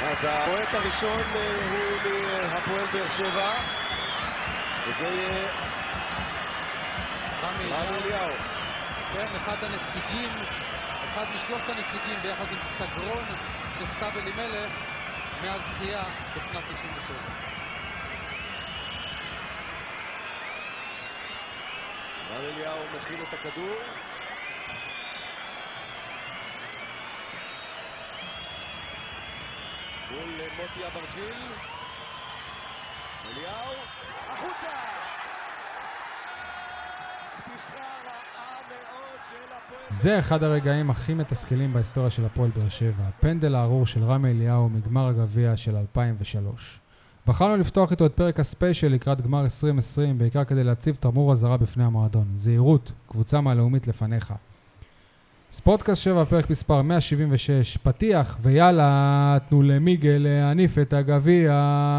אז הפועט הראשון הוא מהפועל באר שבע, וזה יהיה רמי אליהו. כן, אחד משלושת הנציגים ביחד עם סגרון וסתיו אלימלך מהזכייה בשנת 97. רמי אליהו מכין את הכדור. מול מוטי אברג'יל. אליהו, החוצה! זה אחד הרגעים הכי מתסכלים בהיסטוריה של הפועל באר שבע, הפנדל הארור של רמי אליהו מגמר הגביע של 2003. בחרנו לפתוח איתו את פרק הספיישל לקראת גמר 2020, בעיקר כדי להציב תמרור אזהרה בפני המועדון. זהירות, קבוצה מהלאומית לפניך. ספורטקאסט 7, פרק מספר 176, פתיח, ויאללה, תנו למיגל להניף את הגביע.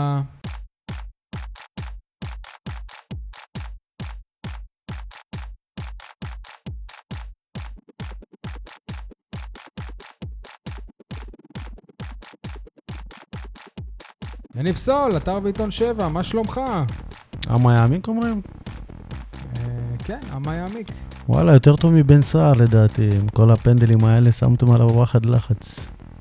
יניב סול, אתר ועיתון 7, מה שלומך? אמה יעמיק אומרים? כן, אמה יעמיק. וואלה, יותר טוב מבן סער לדעתי, עם כל הפנדלים האלה שמתם עליו וואחד לחץ.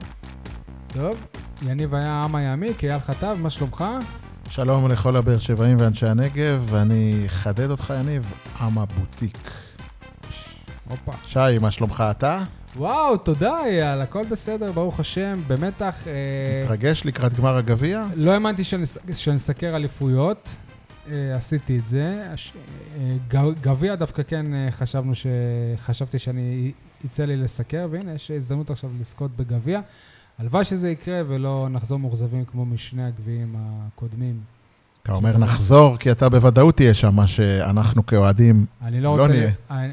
טוב, יניב היה אמה יעמיק, אייל חטב, מה שלומך? שלום לכל הבאר שבעים ואנשי הנגב, ואני אחדד אותך יניב, אמה בוטיק. אופה. שי, מה שלומך אתה? וואו, תודה אייל, הכל בסדר, ברוך השם, במתח. מתרגש לקראת גמר הגביע? לא האמנתי שנסקר אליפויות, עשיתי את זה. גביע דווקא כן חשבתי שאני יצא לי לסקר, והנה יש הזדמנות עכשיו לזכות בגביע. הלוואי שזה יקרה ולא נחזור מוחזבים כמו משני הגביעים הקודמים. אתה אומר נחזור, כי אתה בוודאות תהיה שם, מה שאנחנו כאוהדים לא נהיה.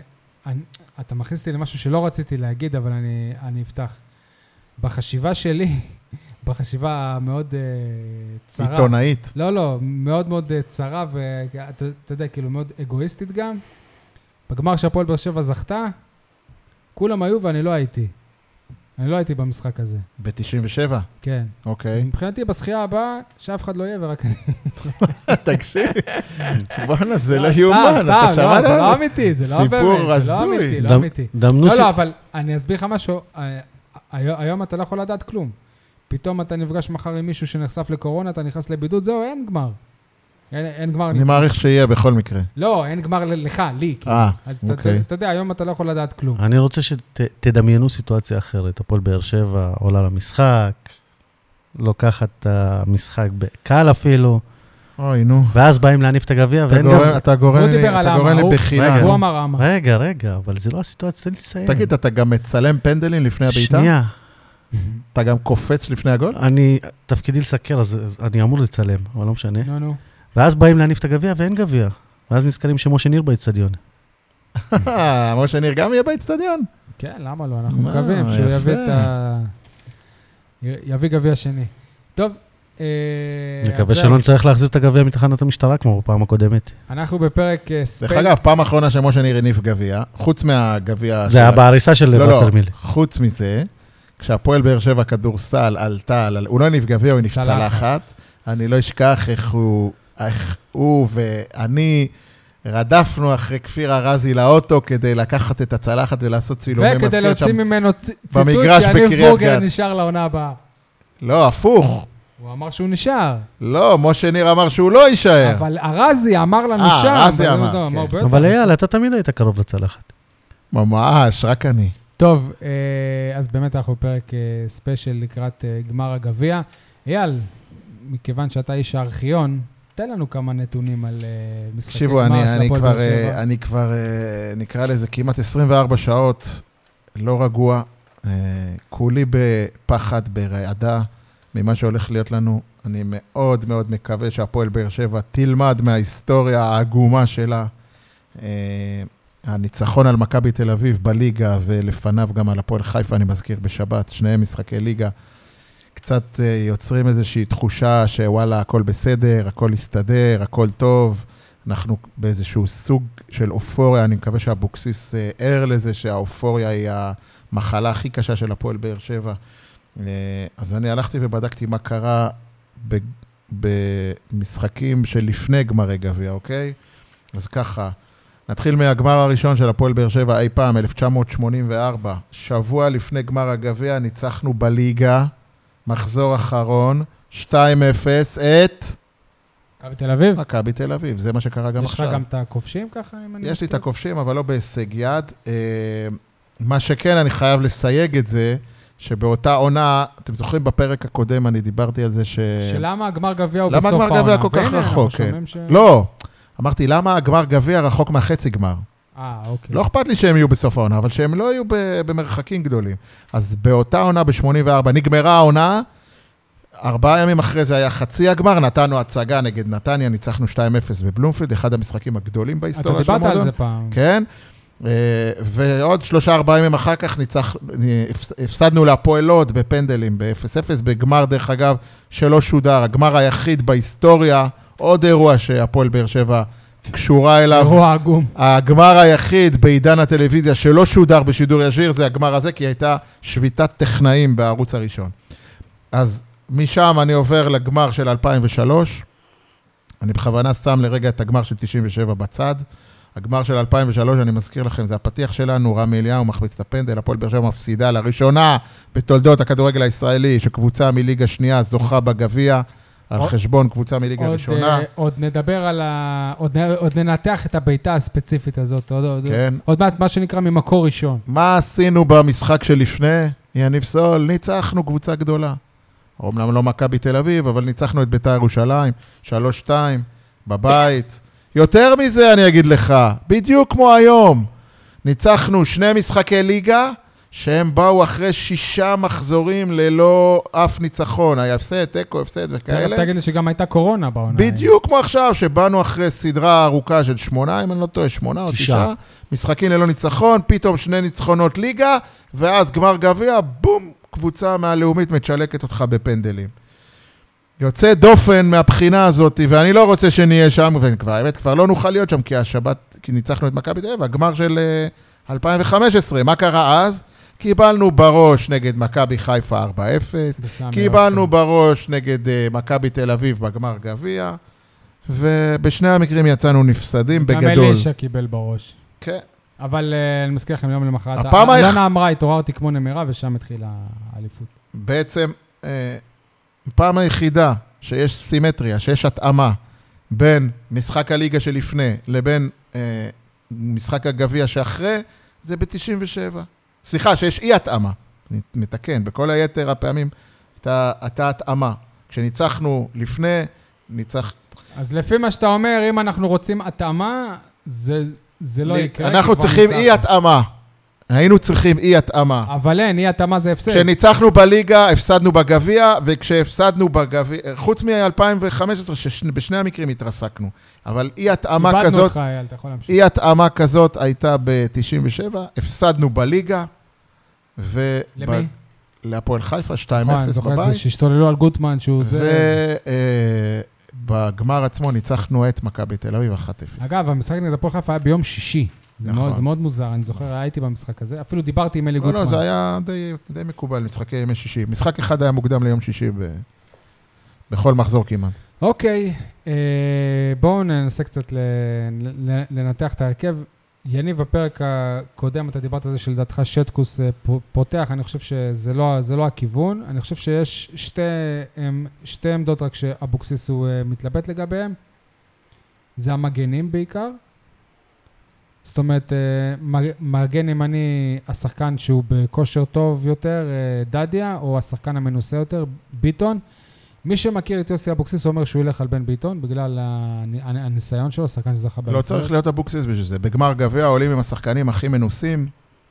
אתה מכניס אותי למשהו שלא רציתי להגיד, אבל אני אפתח. בחשיבה שלי, בחשיבה מאוד צרה. עיתונאית. לא, מאוד מאוד צרה, ואתה יודע, כאילו מאוד אגואיסטית גם. בגמר שהפועל באר שבע זכתה, כולם היו ואני לא הייתי. אני לא הייתי במשחק הזה. ב-97? כן. אוקיי. מבחינתי בשחייה הבאה, שאף אחד לא יהיה ורק אני. תקשיב, בוא'נה, זה לא יומן, אתה שמעת? זה לא אמיתי, זה לא באמת. סיפור הזוי. לא אמיתי. לא, אבל אני אסביר לך משהו, היום אתה לא יכול לדעת כלום. פתאום אתה נפגש מחר עם מישהו שנחשף לקורונה, אתה נכנס לבידוד, זהו, אין גמר. אין גמר. אני מעריך שיהיה בכל מקרה. לא, אין גמר לך, לי. אז אתה יודע, היום אתה לא יכול לדעת כלום. אני רוצה שתדמיינו סיטואציה אחרת. הפועל באר שבע עולה למשחק, לוקחת את המשחק בקל אפילו. אוי, נו. ואז באים להניף את הגביע, ואין גביע. אתה גורם לי בחילה. הוא אמר אמר. רגע, אבל זה לא הסיטואציה, תן לי לסיים. תגיד, אתה גם מצלם פנדלים לפני הביתה? שנייה. אתה גם קופץ לפני הגול? תפקידי לסקר, אז אני אמור לצלם, אבל לא משנה. נו. ואז באים להניף את הגביע ואין גביע. ואז נזכרים שמשה ניר באצטדיון. משה ניר גם יהיה באצטדיון? כן, למה לא? אנחנו מקווים שהוא יביא גביע שני. טוב. נקווה שלא נצטרך להחזיר את הגביע מתחנת המשטרה כמו בפעם הקודמת. אנחנו בפרק דרך אגב, פעם האחרונה שמשה ניר הניף גביע, חוץ מהגביע... זה היה בהריסה של וסרמיל. חוץ מזה, כשהפועל באר שבע כדורסל עלתה, הוא לא הניף גביע, הוא הניף צלחת. אני לא אשכח איך הוא ואני רדפנו אחרי כפיר ארזי לאוטו כדי לקחת את הצלחת ולעשות צילומי מזכיר שם. וכדי להוציא ממנו ציטוט שיניב בורגר נשאר לעונה הבאה. לא, הפוך. הוא אמר שהוא נשאר. לא, משה ניר אמר שהוא לא יישאר. אבל ארזי אמר לנו שם. ארזי אמר. אבל אייל, אתה תמיד היית קרוב לצלחת. ממש, רק אני. טוב, אז באמת אנחנו בפרק ספיישל לקראת גמר הגביע. אייל, מכיוון שאתה איש הארכיון, תן לנו כמה נתונים על משחקי גמר של הפועל באר שבע. אני כבר נקרא לזה כמעט 24 שעות, לא רגוע, כולי בפחד, ברעדה, ממה שהולך להיות לנו. אני מאוד מאוד מקווה שהפועל באר שבע תלמד מההיסטוריה העגומה שלה. הניצחון על מכבי תל אביב בליגה, ולפניו גם על הפועל חיפה, אני מזכיר בשבת, שניהם משחקי ליגה. קצת יוצרים איזושהי תחושה שוואלה, הכל בסדר, הכל יסתדר, הכל טוב. אנחנו באיזשהו סוג של אופוריה, אני מקווה שהבוקסיס ער לזה, שהאופוריה היא המחלה הכי קשה של הפועל באר שבע. אז אני הלכתי ובדקתי מה קרה במשחקים שלפני גמרי גביע, אוקיי? אז ככה, נתחיל מהגמר הראשון של הפועל באר שבע אי פעם, 1984. שבוע לפני גמר הגביע ניצחנו בליגה, מחזור אחרון, 2-0 את... מכבי תל אביב? מכבי תל אביב, זה מה שקרה גם עכשיו. יש לך גם את הכובשים ככה? יש לי את הכובשים, אבל לא בהישג יד. מה שכן, אני חייב לסייג את זה, שבאותה עונה, אתם זוכרים בפרק הקודם, אני דיברתי על זה שלמה הגמר גביע הוא בסוף העונה? למה הגמר גביע כל כך רחוק? לא, אמרתי, למה הגמר גביע רחוק מהחצי גמר? אוקיי. לא אכפת לי שהם יהיו בסוף העונה, אבל שהם לא יהיו במרחקים גדולים. אז באותה עונה, ב-84, נגמרה העונה, 4 ימים אחרי זה היה חצי הגמר, נתנו הצגה נגד נתניה, ניצחנו 2-0 בבלומפילד, אחד המשחקים הגדולים בהיסטוריה של המועדון. אתה דיברת על זה פעם. כן, ועוד 3-4 ימים אחר כך הפסדנו להפועל לוד בפנדלים, ב-0-0, בגמר דרך אגב שלא שודר, הגמר היחיד בהיסטוריה, עוד אירוע שהפועל באר שבע קשורה אליו. אירוע עגום. הגמר היחיד בעידן הטלוויזיה שלא שודר בשידור ישיר, זה הגמר הזה, כי הייתה שביתת טכנאים בערוץ הראשון. אז משם אני עובר לגמר של 2003, אני בכוונה שם לרגע את הגמר של 97 בצד, הגמר של 2003, אני מזכיר לכם, זה הפתיח שלנו, רמי אליהו מחמיץ את הפנדל, הפועל באר שבע מפסידה לראשונה בתולדות הכדורגל הישראלי, שקבוצה מליגה שנייה זוכה בגביע, על חשבון קבוצה מליגה ראשונה. עוד נדבר על עוד ננתח את הביתה הספציפית הזאת, עוד מעט מה שנקרא ממקור ראשון. מה עשינו במשחק שלפני? יניב סול, ניצחנו קבוצה גדולה. אומנם לא מכבי תל אביב, אבל ניצחנו את בית"ר ירושלים, 3-2, בבית. יותר מזה אני אגיד לך, בדיוק כמו היום, ניצחנו 2 משחקי ליגה, שהם באו אחרי 6 מחזורים ללא אף ניצחון. היה הפסד, תיקו, הפסד וכאלה. תגיד לי שגם הייתה קורונה בעונה. בדיוק כמו עכשיו, שבאנו אחרי סדרה ארוכה של 8, אם אני לא טועה, 8 או 9. משחקים ללא ניצחון, פתאום 2 ניצחונות ליגה, ואז גמר גביע, בום, קבוצה מהלאומית מצ'לקת אותך בפנדלים. יוצא דופן מהבחינה הזאת, ואני לא רוצה שנהיה שם, והאמת כבר לא נוכל להיות שם, כי השבת, כי ניצחנו את מכבי תל אביב, הגמר של 2015, מה קרה אז? קיבלנו בראש נגד מכבי חיפה 4-0, קיבלנו בראש נגד מכבי תל אביב בגמר גביע, ובשני המקרים יצאנו נפסדים בגדול. גם אלישה קיבל בראש. כן. אבל אני מזכיר לכם יום למחרת, אלונה אמרה, התעוררתי כמו נמרה, ושם התחילה האליפות. בעצם, פעם היחידה שיש סימטריה, שיש התאמה בין משחק הליגה שלפני לבין משחק הגביע שאחרי, זה ב-97. סליחה, שיש אי התאמה. נתקן, בכל היתר הפעמים הייתה התאמה. כשניצחנו לפני, אז לפי מה שאתה אומר, אם אנחנו רוצים התאמה, זה לא יקרה. אנחנו צריכים אי התאמה. היינו צריכים אי התאמה. אבל אין, אי התאמה זה הפסד. כשניצחנו בליגה, הפסדנו בגביע, וכשהפסדנו בגביע, חוץ מ-2015, שבשני המקרים התרסקנו. אבל אי התאמה כזאת, איבדנו אותך, אייל, אתה יכול להמשיך. אי התאמה כזאת הייתה ב-97, הפסדנו בליגה, למי? להפועל חיפה, 2-0 אני זוכר את בבית. זה שהשתוללו על גוטמן, שהוא זה... ובגמר עצמו ניצחנו את מכבי תל אביב 1-0. אגב, המשחק נגד הפועל חיפה היה ביום שישי. נכון. זה מאוד מוזר, אני זוכר, הייתי במשחק הזה, אפילו דיברתי עם אלי גוטמן. לא, זה היה די מקובל, משחקי ימי שישי. משחק אחד היה מוקדם ליום שישי בכל מחזור כמעט. אוקיי, בואו ננסה קצת לנתח את ההרכב. יניב, בפרק הקודם אתה דיברת על זה שלדעתך שטקוס פותח, אני חושב שזה לא הכיוון, אני חושב שיש שתי עמדות רק שאבוקסיס הוא מתלבט לגביהם, זה המגנים בעיקר, זאת אומרת, מגן ימני השחקן שהוא בכושר טוב יותר, דדיה, או השחקן המנוסה יותר, ביטון. מי שמכיר את יוסי אבוקסיס אומר שהוא ילך על בן ביטון, בגלל הניסיון שלו, השחקן שזכה באליפות. לא צריך להיות אבוקסיס בשביל זה. בגמר גביע עולים עם השחקנים הכי מנוסים,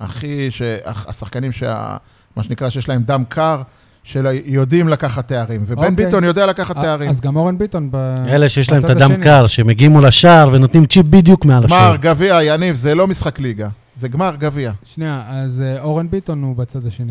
השחקנים מה שנקרא שיש להם דם קר, שיודעים לקחת תארים, ובן ביטון יודע לקחת תארים. אז גם אורן ביטון אלה שיש להם את הדם קר, שמגיעים מול השער ונותנים צ'יפ בדיוק מעל השער. גמר גביע, יניב, זה לא משחק ליגה, זה גמר גביע. שנייה, אז אורן ביטון הוא בצד השני.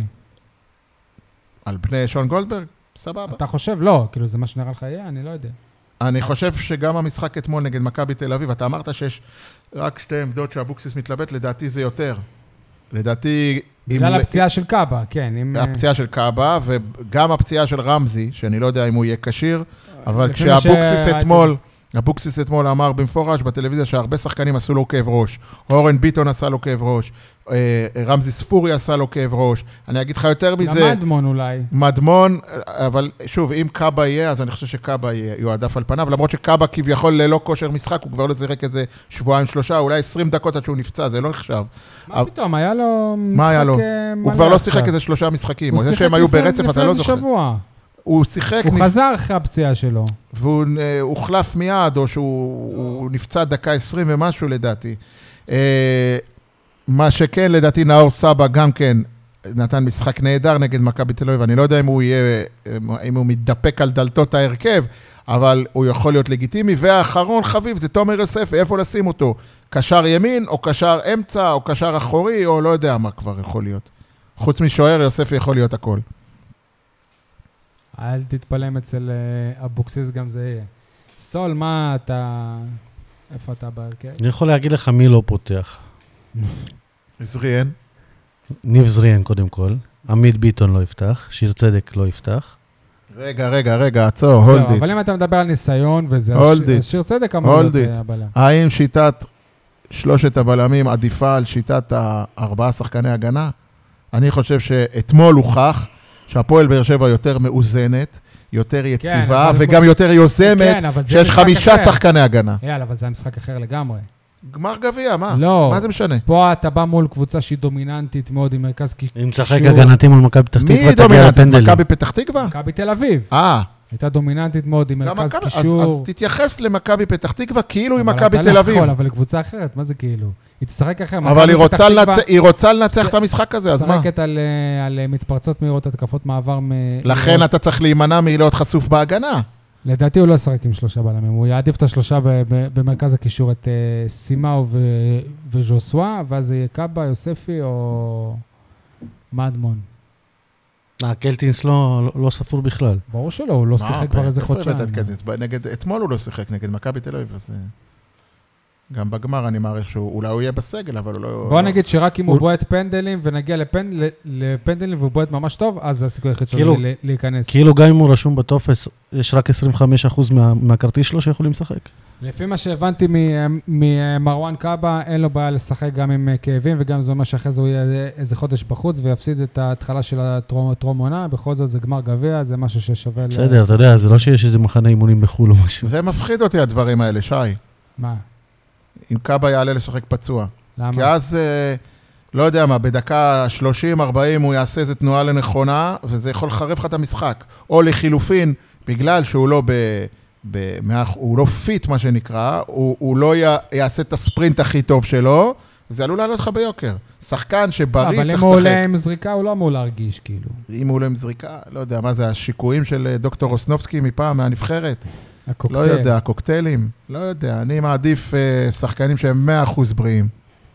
על פני שון גולדברג? סבבה. אתה חושב? לא, כאילו זה מה שנראה לך יהיה? אני לא יודע. אני חושב שגם המשחק אתמול נגד מכבי תל אביב, אתה אמרת שיש רק 2 עמדות שאבוקסיס מתלבט, לדעתי זה יותר. לדעתי בגלל הפציעה של קאבה, כן. הפציעה של קאבה, וגם הפציעה של רמזי, שאני לא יודע אם הוא יהיה כשיר, אבל לפי מה אבוקסיס אתמול אמר במפורש בטלוויזיה שהרבה שחקנים עשו לו כאב ראש. אורן ביטון עשה לו כאב ראש, רמזי ספורי עשה לו כאב ראש. אני אגיד לך יותר מזה. גם מדמון אולי. מדמון, אבל שוב, אם קאבה יהיה, אז אני חושב שקאבה יועדף על פניו, למרות שקאבה כביכול ללא כושר משחק, הוא כבר לא זרק איזה שבועיים, שלושה, אולי 20 דקות עד שהוא נפצע, זה לא נחשב. מה פתאום, היה לו משחק מה היה לו? מלא הוא כבר לא עכשיו. שיחק איזה 3 משחקים. הוא זה שיחק שהם היו ברצף, אתה לא זוכר. שבוע. הוא שיחק... הוא חזר אחרי הפציעה שלו. והוא הוחלף מיד, או שהוא נפצע דקה 20 ומשהו לדעתי. מה שכן, לדעתי, נאור סבא גם כן נתן משחק נהדר נגד מכבי תל אביב. אני לא יודע אם הוא מתדפק על דלתות ההרכב, אבל הוא יכול להיות לגיטימי. והאחרון חביב זה תומר יוסף, איפה לשים אותו? קשר ימין, או קשר אמצע, או קשר אחורי, או לא יודע מה כבר יכול להיות. חוץ משוער, יוסף יכול להיות הכל. אל תתפלם אצל אבוקסיס, גם זה יהיה. סול, מה אתה... איפה אתה בהרכב? אני יכול להגיד לך מי לא פותח. זריאן. ניב זריאן קודם כל. עמית ביטון לא יפתח. שיר צדק לא יפתח. רגע, עצור, הולדית. אבל אם אתה מדבר על ניסיון וזה... הולדית. שיר צדק אמור להיות הבלם. האם שיטת 3 הבלמים עדיפה על שיטת 4 שחקני הגנה? אני חושב שאתמול הוכח שהפועל באר שבע יותר מאוזנת, יותר יציבה, וגם יותר יוזמת, שיש 5 שחקני הגנה. יאללה, אבל זה היה משחק אחר לגמרי. גמר גביע, מה? לא. מה זה משנה? פה אתה בא מול קבוצה שהיא דומיננטית מאוד, עם מרכז קישור. אם צחק הגנתי מול מכבי פתח תקווה, מי דומיננטית? מכבי פתח תקווה? מכבי תל אביב. הייתה דומיננטית מאוד עם מרכז קישור. אז תתייחס למכבי פתח תקווה כאילו עם מכבי תל אביב. אבל לקבוצה אחרת, מה זה כאילו? היא תשחק אחר. אבל היא רוצה לנצח את המשחק הזה, אז מה? שחקת על מתפרצות מהירות, התקפות מעבר. לכן אתה צריך להימנע מלהיות חשוף בהגנה. לדעתי הוא לא ישחק עם 3 בלמים, הוא יעדיף את 3 במרכז הקישור, את סימאו וז'וסווה, ואז זה יהיה קאבה, יוספי או מדמון. קלטינס לא ספור בכלל. ברור שלא, הוא לא שיחק כבר איזה חודשיים. אתמול הוא לא שיחק נגד מכבי תל אביב, אז גם בגמר אני מעריך שאולי הוא יהיה בסגל, אבל הוא לא... בוא נגיד שרק אם הוא בועט פנדלים ונגיע לפנדלים והוא בועט ממש טוב, אז זה הסיכוי היחיד שלו להיכנס. כאילו גם אם הוא רשום בטופס, יש רק 25% מהכרטיס שלו שיכולים לשחק. לפי מה שהבנתי ממרואן קאבה, אין לו בעיה לשחק גם עם כאבים, וגם זה אומר שאחרי זה הוא יהיה איזה חודש בחוץ, ויפסיד את ההתחלה של הטרום עונה, בכל זאת זה גמר גביע, זה משהו ששווה... בסדר, אתה יודע, זה לא שיש איזה מחנה אימונים בחול או משהו. זה מפחיד אותי הדברים האלה, שי. מה? אם קאבה יעלה לשחק פצוע. למה? כי אז, לא יודע מה, בדקה 30-40 הוא יעשה איזה תנועה לנכונה, וזה יכול לחרב לך את המשחק. או לחילופין, בגלל שהוא לא הוא לא פיט, מה שנקרא, הוא לא יעשה את הספרינט הכי טוב שלו, וזה עלול לעלות לך ביוקר. שחקן שבריא צריך לשחק. אבל אם הוא עולה עם זריקה, הוא לא אמור להרגיש, כאילו. אם הוא עולה עם זריקה, לא יודע, מה זה, השיקויים של דוקטור רוסנובסקי מפעם, מהנבחרת? הקוקטייל. לא יודע, הקוקטיילים? לא יודע, אני מעדיף שחקנים שהם 100% בריאים.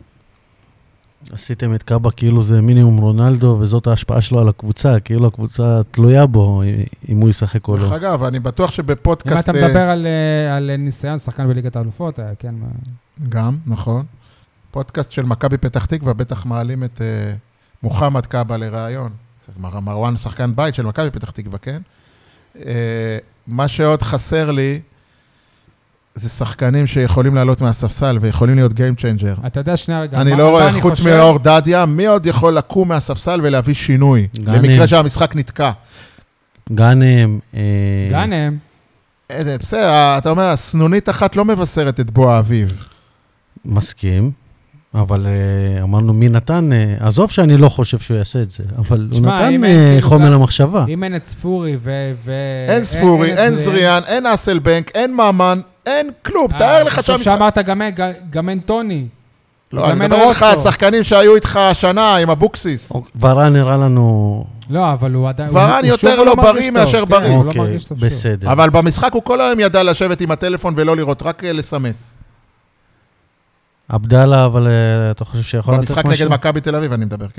עשיתם את קאבה כאילו זה מינימום רונלדו, וזאת ההשפעה שלו על הקבוצה, כאילו הקבוצה תלויה בו, אם הוא ישחק או לא. דרך אגב, אני בטוח שבפודקאסט... אם אתה מדבר על ניסיון שחקן בליגת האלופות, כן. גם, נכון. פודקאסט של מכבי פתח תקווה, בטח מעלים את מוחמד קאבה לרעיון. מרואן שחקן בית של מכבי פתח תקווה, כן? מה שעוד חסר לי, זה שחקנים שיכולים לעלות מהספסל ויכולים להיות Game Changer. אתה יודע שנייה רגע. אני לא רואה חוץ מאור דדיה, מי עוד יכול לקום מהספסל ולהביא שינוי? למקרה שהמשחק נתקע. גאנם. גאנם. בסדר, אתה אומר, הסנונית אחת לא מבשרת את בוא האביב. מסכים, אבל אמרנו מי נתן, עזוב שאני לא חושב שהוא יעשה את זה, אבל הוא נתן חומר למחשבה. אם אין את ספורי אין ספורי, אין זריאן, אין אסלבנק, אין מאמן, אין כלום, תאר לך שהמשחק... שאמרת גם אין טוני. לא, אני מדבר לך על שחקנים שהיו איתך השנה עם אבוקסיס. ורן נראה לנו... לא, אבל הוא עדיין... ורן יותר לא בריא מאשר בריא. אוקיי, בסדר. אבל במשחק הוא כל היום ידע לשבת עם הטלפון ולא לראות, רק לסמס. עבדאללה, אבל אתה חושב שיכול לתת משהו? במשחק נגד מכבי תל אביב אני מדבר, כן?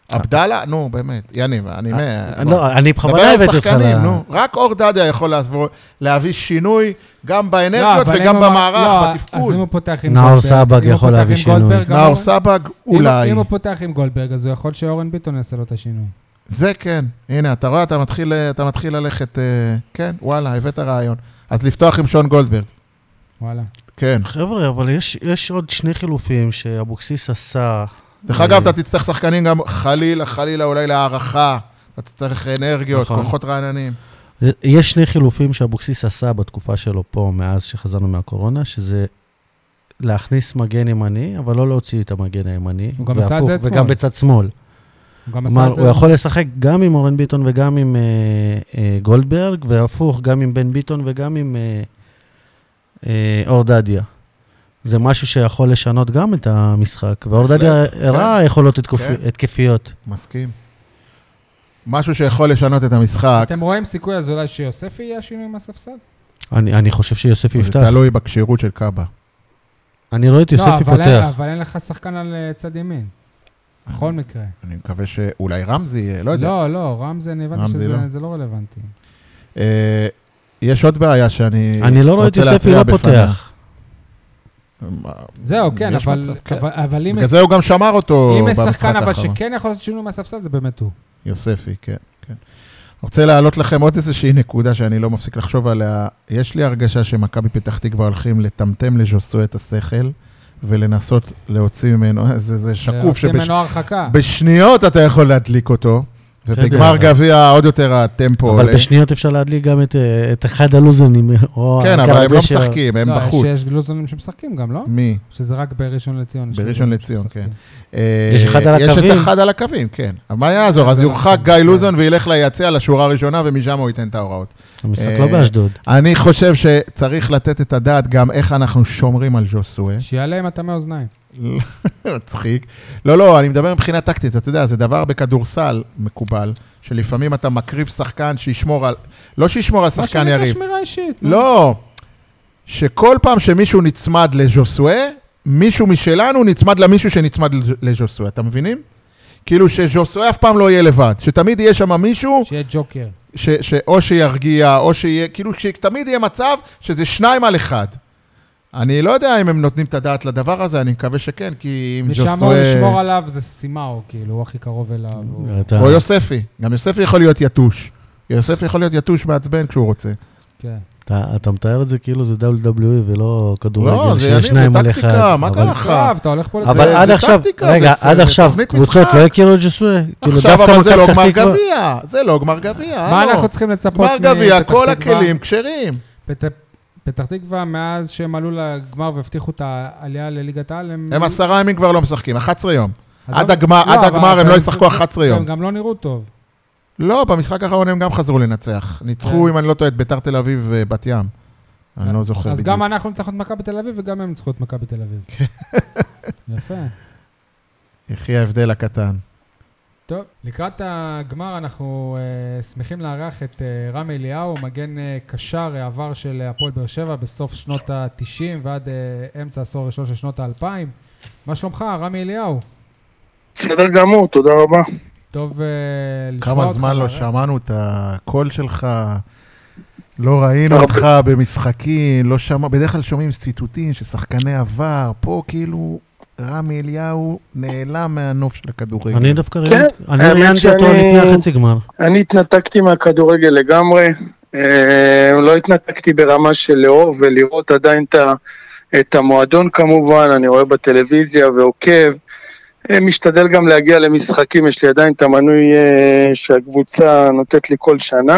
עבדאללה, נו, באמת, יניב, אני בכוונה הבאתי אותך רק אור דדיה יכול להביא שינוי גם באנרגיות וגם במערך, בתפקוד. אז אם הוא פותח עם גולדברג... נאור סבג יכול להביא שינוי. נאור סבג, אולי. אם הוא פותח עם גולדברג, אז הוא יכול שאורן ביטון יעשה לו את השינוי. זה כן. הנה, אתה רואה, אתה מתחיל ללכת, כן, וואלה, הבאת רעיון. אז לפתוח עם שון גולדברג. וואלה. כן. חבר'ה, אבל יש עוד שני חילופים שאבוקסיס עשה. דרך אגב, אתה תצטרך שחקנים גם חלילה, אולי להערכה. אתה תצטרך אנרגיות, כוחות רעננים. יש שני חילופים שאבוקסיס עשה בתקופה שלו פה, מאז שחזרנו מהקורונה, שזה להכניס מגן ימני, אבל לא להוציא את המגן הימני. הוא גם עשה את זה אתמול. וגם בצד שמאל. הוא יכול לשחק גם עם אורן ביטון וגם עם גולדברג, והפוך גם עם בן ביטון וגם עם אור דדיה. זה משהו שיכול לשנות גם את המשחק, ואור דדיה הראה יכולות התקפיות. מסכים. משהו שיכול לשנות את המשחק. אתם רואים סיכוי אז אולי שיוספי יהיה השינוי עם הספסל? אני חושב שיוספי יפתח. זה תלוי בקשירות של קאבה. אני רואה את יוספי פותח. אבל אין לך שחקן על צד ימין. בכל מקרה. אני מקווה שאולי רמזי יהיה, לא יודע. לא, רמזי, אני הבנתי שזה לא רלוונטי. יש עוד בעיה שאני... אני לא רואה את יוספי לא פותח. זהו, כן, אבל אם... בגלל זה הוא גם שמר אותו אם יש במשחק שחקן אבל האחרון. שכן יכול לעשות שינוי מהספסל, זה באמת הוא. יוספי, כן. אני רוצה להעלות לכם עוד איזושהי נקודה שאני לא מפסיק לחשוב עליה. יש לי הרגשה שמכבי פתח תקווה הולכים לטמטם לז'וסוי את השכל, ולנסות להוציא ממנו, זה שקוף שבשניות אתה יכול להדליק אותו, ובגמר גביע עוד יותר הטמפו עולה. אבל בשניות אפשר להדליק גם את אחד הלוזונים. כן, אבל הם לא משחקים, הם בחוץ. יש לוזונים שמשחקים גם, לא? מי? שזה רק בראשון לציון. בראשון לציון, כן. יש אחד על הקווים? יש את אחד על הקווים, כן. מה יעזור? אז יורחק גיא לוזון וילך ליציע לשורה הראשונה, ומשם הוא ייתן את ההוראות. המשחק לא באשדוד. אני חושב שצריך לתת את הדעת גם איך אנחנו שומרים על ז'וסוי. שיעלה עם הטמא אוזניים. מצחיק. לא, אני מדבר מבחינה טקטית, אתה יודע, זה דבר בכדורסל מקובל, שלפעמים אתה מקריב שחקן שישמור על... לא שישמור על שחקן יריב. מה שנקרא אישית. לא, שכל פעם שמישהו נצמד לז'וסוי, מישהו משלנו נצמד למישהו שנצמד לז'וסוי, אתה מבינים? כאילו שז'וסוי אף פעם לא יהיה לבד, שתמיד יהיה שם מישהו... שיהיה ג'וקר. או שירגיע, או שיהיה... כאילו שתמיד יהיה מצב שזה 2 על 1. אני לא יודע אם הם נותנים את הדעת לדבר הזה, אני מקווה שכן, כי אם ג'וסוי... ושם הוא לשמור עליו זה סימאו, כאילו, הוא הכי קרוב אליו. או יוספי, גם יוספי יכול להיות יתוש. יוספי יכול להיות יתוש מעצבן כשהוא רוצה. כן. אתה מתאר את זה כאילו זה WWE ולא כדורגל. לא, זה יניב, זה טקטיקה, מה קרה לך? אתה הולך פה לזה. אבל עד עכשיו, רגע, עד עכשיו, קבוצות לא הכירו את ג'וסוי? עכשיו, אבל זה לא גמר גביע. זה לא גמר גביע. מה אנחנו צריכים לצפות? גמר גביע, כל הכלים כשרים. פתח תקווה, מאז שהם עלו לגמר והבטיחו את העלייה לליגת העל, הם 10 ימים כבר לא משחקים, 11 יום. עד הגמר הם לא ישחקו 11 יום. הם גם לא נראו טוב. לא, במשחק האחרון הם גם חזרו לנצח. ניצחו, אם אני לא טועה, את ביתר תל אביב ובת ים. אני לא זוכר בדיוק. אז גם אנחנו ניצחנו את מכבי תל אביב, וגם הם ניצחו את מכבי תל אביב. יפה. יחי ההבדל הקטן. טוב, לקראת הגמר אנחנו שמחים לארח את רמי אליהו, מגן קשר העבר של הפועל באר שבע בסוף שנות ה-90 ועד אמצע העשור הראשון של שנות ה-2000. מה שלומך, רמי אליהו? בסדר גמור, תודה רבה. טוב לשמוע אותך. כמה זמן לא שמענו את הקול שלך, לא ראינו אותך במשחקים, לא שמע, בדרך כלל שומעים ציטוטים ששחקני עבר, פה כאילו... רמי אליהו נעלם מהנוף של הכדורגל. אני דווקא ראיינתי אותו לפני החצי גמר. אני התנתקתי מהכדורגל לגמרי, לא התנתקתי ברמה של לאהוב ולראות עדיין את המועדון כמובן, אני רואה בטלוויזיה ועוקב, משתדל גם להגיע למשחקים, יש לי עדיין את המנוי שהקבוצה נותנת לי כל שנה.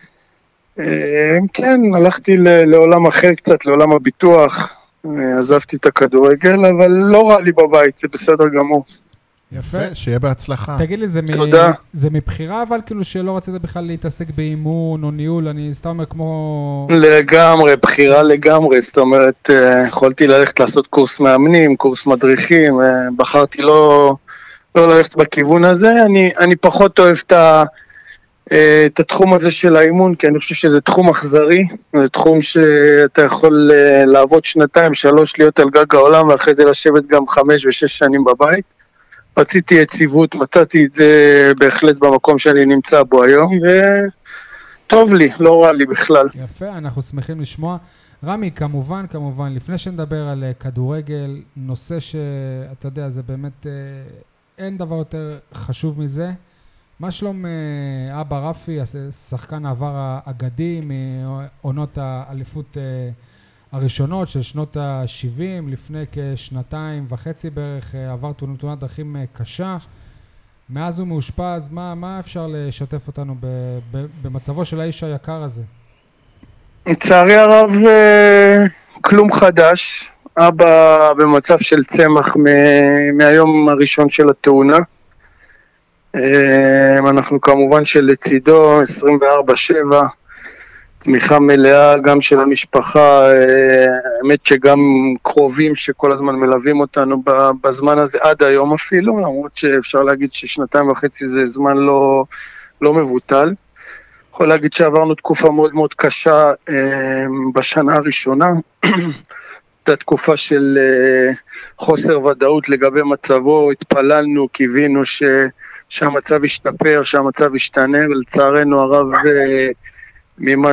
כן, הלכתי לעולם אחר קצת, לעולם הביטוח, עזבתי את הכדורגל, אבל לא רע לי בבית, זה בסדר גמור. יפה, שיהיה בהצלחה. תגיד לי, זה מבחירה, אבל כאילו שלא רצית בכלל להתעסק באימון או ניהול, אני סתם אומר כמו... לגמרי, בחירה לגמרי, זאת אומרת, יכולתי ללכת לעשות קורס מאמנים, קורס מדריכים, בחרתי לא ללכת בכיוון הזה, אני פחות אוהב את התחום הזה של האימון, כי אני חושב שזה תחום אכזרי, זה תחום שאתה יכול לעבוד 2-3, להיות על גג העולם, ואחרי זה לשבת גם 5 ו6 שנים בבית. רציתי יציבות, מצאתי את זה בהחלט במקום שאני נמצא בו היום, וטוב לי, לא רע לי בכלל. יפה, אנחנו שמחים לשמוע. רמי, כמובן, לפני שנדבר על כדורגל, נושא שאתה יודע, זה באמת, אין דבר יותר חשוב מזה. מה שלום אבא רפי, שחקן העבר האגדי מעונות האליפות הראשונות של שנות ה-70, לפני כשנתיים וחצי בערך, עבר תאונת דרכים קשה. מאז הוא מאושפז, מה אפשר לשתף אותנו במצבו של האיש היקר הזה? לצערי הרב, כלום חדש. אבא במצב של צמח מהיום הראשון של התאונה. אנחנו כמובן שלצידו 24/7, תמיכה מלאה גם של המשפחה, האמת שגם קרובים שכל הזמן מלווים אותנו בזמן הזה, עד היום אפילו, למרות שאפשר להגיד ששנתיים וחצי זה זמן לא מבוטל. יכול להגיד שעברנו תקופה מאוד מאוד קשה בשנה הראשונה, הייתה תקופה של חוסר ודאות לגבי מצבו, התפללנו, קיווינו שהמצב ישתפר, שהמצב ישתנה, ולצערנו הרב ממה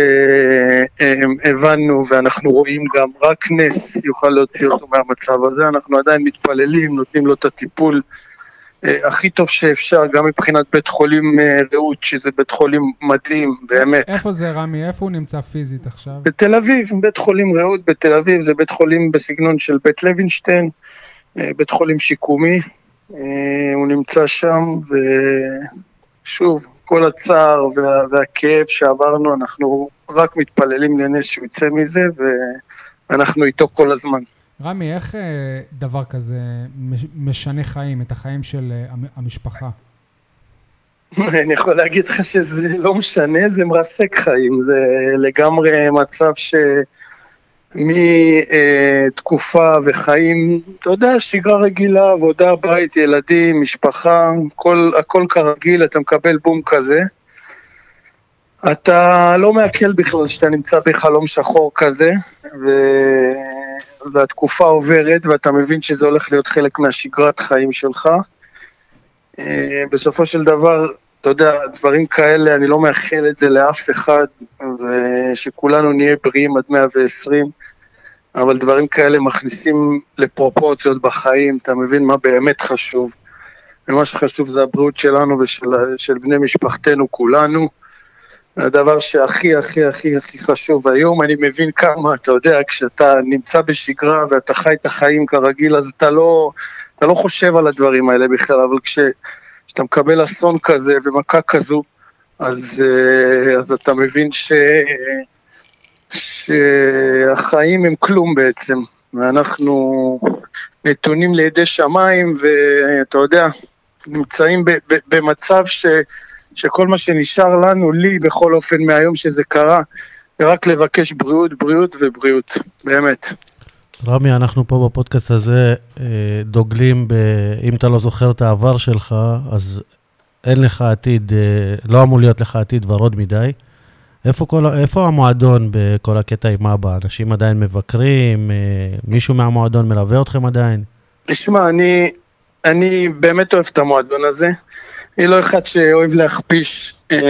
שהבנו ואנחנו רואים גם רק נס יוכל להוציא אותו מהמצב הזה. אנחנו עדיין מתפללים, נותנים לו את הטיפול הכי טוב שאפשר, גם מבחינת בית חולים רעות, שזה בית חולים מדהים, באמת. איפה זה רמי? איפה הוא נמצא פיזית עכשיו? בתל אביב, בית חולים רעות בתל אביב, זה בית חולים בסגנון של בית לוינשטיין, בית חולים שיקומי, הוא נמצא שם, ושוב, כל הצער והכאב שעברנו, אנחנו רק מתפללים לנס שהוא יצא מזה, ואנחנו איתו כל הזמן. רמי, איך דבר כזה משנה חיים, את החיים של המשפחה? אני יכול להגיד לך שזה לא משנה, זה מרסק חיים, זה לגמרי מצב מתקופה וחיים, אתה יודע, שגרה רגילה, עבודה, בית, ילדים, משפחה, הכל כרגיל, אתה מקבל בום כזה. אתה לא מעכל בכלל שאתה נמצא בחלום שחור כזה, והתקופה עוברת, ואתה מבין שזה הולך להיות חלק מהשגרת חיים שלך. בסופו של דבר, אתה יודע, דברים כאלה, אני לא מאחל את זה לאף אחד, ושכולנו נהיה בריאים עד 120, אבל דברים כאלה מכניסים לפרופורציות בחיים, אתה מבין מה באמת חשוב. ומה שחשוב זה הבריאות שלנו ושל בני משפחתנו כולנו. הדבר שהכי הכי הכי הכי חשוב היום, אני מבין כמה, אתה יודע, כשאתה נמצא בשגרה ואתה חי את החיים כרגיל, אז אתה לא חושב על הדברים האלה בכלל, אבל כשאתה מקבל אסון כזה ומכה כזו, אז אתה מבין שהחיים הם כלום בעצם, ואנחנו נתונים לידי שמיים, ואתה יודע, נמצאים במצב שכל מה שנשאר לנו, לי בכל אופן מהיום שזה קרה, זה רק לבקש בריאות, בריאות ובריאות, באמת. רמי, אנחנו פה בפודקאסט הזה דוגלים, אם אתה לא זוכר את העבר שלך, אז אין לך עתיד, לא אמור להיות לך עתיד ורוד מדי. איפה המועדון בכל הקטע עם אבא? אנשים עדיין מבקרים, מישהו מהמועדון מלווה אתכם עדיין? תשמע, אני באמת אוהב את המועדון הזה. אני לא אחד שאוהב להכפיש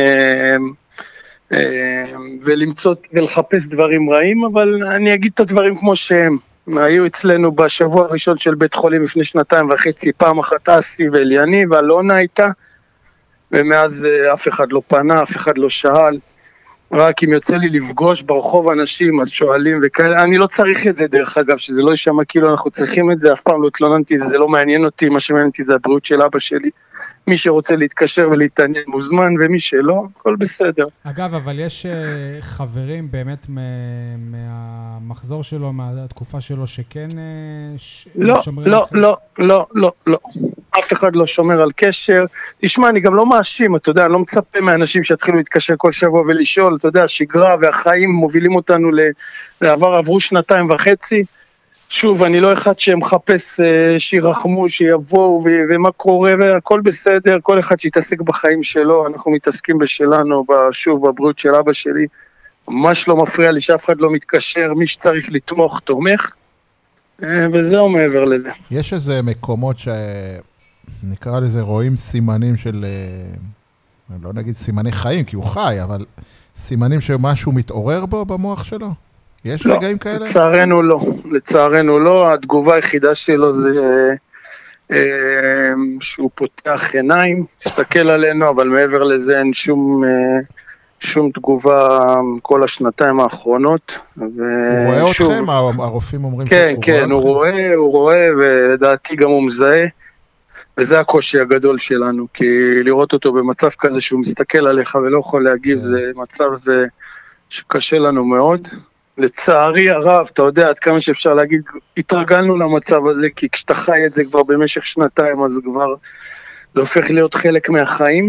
ולמצוא ולחפש דברים רעים, אבל אני אגיד את הדברים כמו שהם. היו אצלנו בשבוע הראשון של בית חולים לפני 2.5, פעם אחת אסי ואליאני, ואלונה הייתה, ומאז אף אחד לא פנה, אף אחד לא שאל. רק אם יוצא לי לפגוש ברחוב אנשים, אז שואלים וכאלה. אני לא צריך את זה דרך אגב, שזה לא יישמע כאילו אנחנו צריכים את זה, אף פעם לא התלוננתי, זה לא מעניין אותי, מה שמעניין אותי זה הבריאות של אבא שלי. מי שרוצה להתקשר ולהתעניין מוזמן, ומי שלא, הכל בסדר. אגב, אבל יש חברים באמת מהמחזור שלו, מהתקופה שלו, שכן שומרים לא, לא, לא, לא, לא. אף אחד לא שומר על קשר. תשמע, אני גם לא מאשים, אתה יודע, אני לא מצפה מאנשים שיתחילו להתקשר כל שבוע ולשאול, אתה יודע, השגרה והחיים מובילים אותנו עברו 2.5. שוב, אני לא אחד שמחפש שירחמו, שיבואו ומה קורה, והכל בסדר, כל אחד שיתעסק בחיים שלו, אנחנו מתעסקים בשלנו, שוב, בבריאות של אבא שלי, ממש לא מפריע לי שאף אחד לא מתקשר, מי שצריך לתמוך, תומך, וזהו מעבר לזה. יש איזה מקומות נקרא לזה, רואים סימנים של, לא נגיד סימני חיים, כי הוא חי, אבל סימנים שמשהו מתעורר בו במוח שלו? יש רגעים כאלה? לצערנו לא. לצערנו לא. התגובה היחידה שלו זה שהוא פותח עיניים, מסתכל עלינו, אבל מעבר לזה אין שום תגובה כל השנתיים האחרונות. הוא רואה אתכם? הרופאים אומרים כן, כן, הוא רואה, ולדעתי גם הוא מזהה, וזה הקושי הגדול שלנו, כי לראות אותו במצב כזה שהוא מסתכל עליך ולא יכול להגיב, זה מצב שקשה לנו מאוד. לצערי הרב, אתה יודע, עד כמה שאפשר להגיד, התרגלנו למצב הזה, כי כשאתה חי את זה כבר במשך שנתיים, אז כבר זה הופך להיות חלק מהחיים.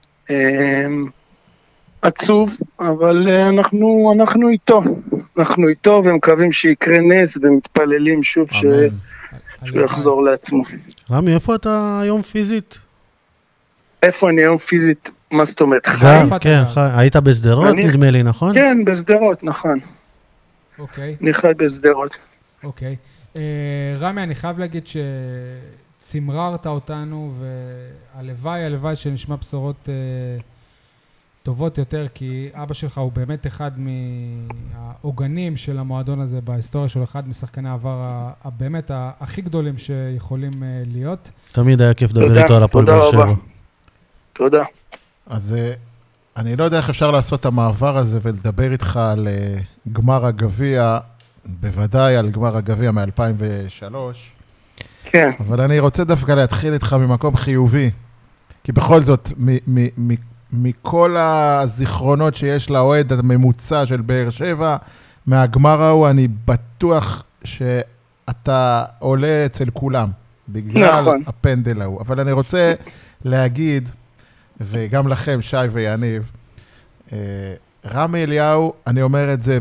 עצוב, אבל אנחנו איתו, ומקווים שיקרה נס, ומתפללים שוב שהוא יחזור לעצמו. רמי, איפה אתה היום פיזית? איפה אני היום פיזית? מה זאת אומרת? כן, היית בסדרות, נדמה לי, נכון? כן, בסדרות, נכון. אוקיי. אני חי בסדרות. אוקיי. רמי, אני חייב להגיד שצמררת אותנו, והלוואי שנשמע בשורות טובות יותר, כי אבא שלך הוא באמת אחד מהעוגנים של המועדון הזה בהיסטוריה שלו, אחד משחקני העבר באמת הכי גדולים שיכולים להיות. תמיד היה כיף לדבר איתו על הפועל באר שבע. תודה. אז אני לא יודע איך אפשר לעשות את המעבר הזה ולדבר איתך על גמר הגביע, בוודאי על גמר הגביע מ-2003. כן. אבל אני רוצה דווקא להתחיל איתך ממקום חיובי, כי בכל זאת, מכל הזיכרונות שיש לאוהד הממוצע של באר שבע, מהגמר ההוא, אני בטוח שאתה עולה אצל כולם, בגלל נכון. הפנדל ההוא. אבל אני רוצה להגיד, וגם לכם, שי ויניב, רמי אליהו, אני אומר את זה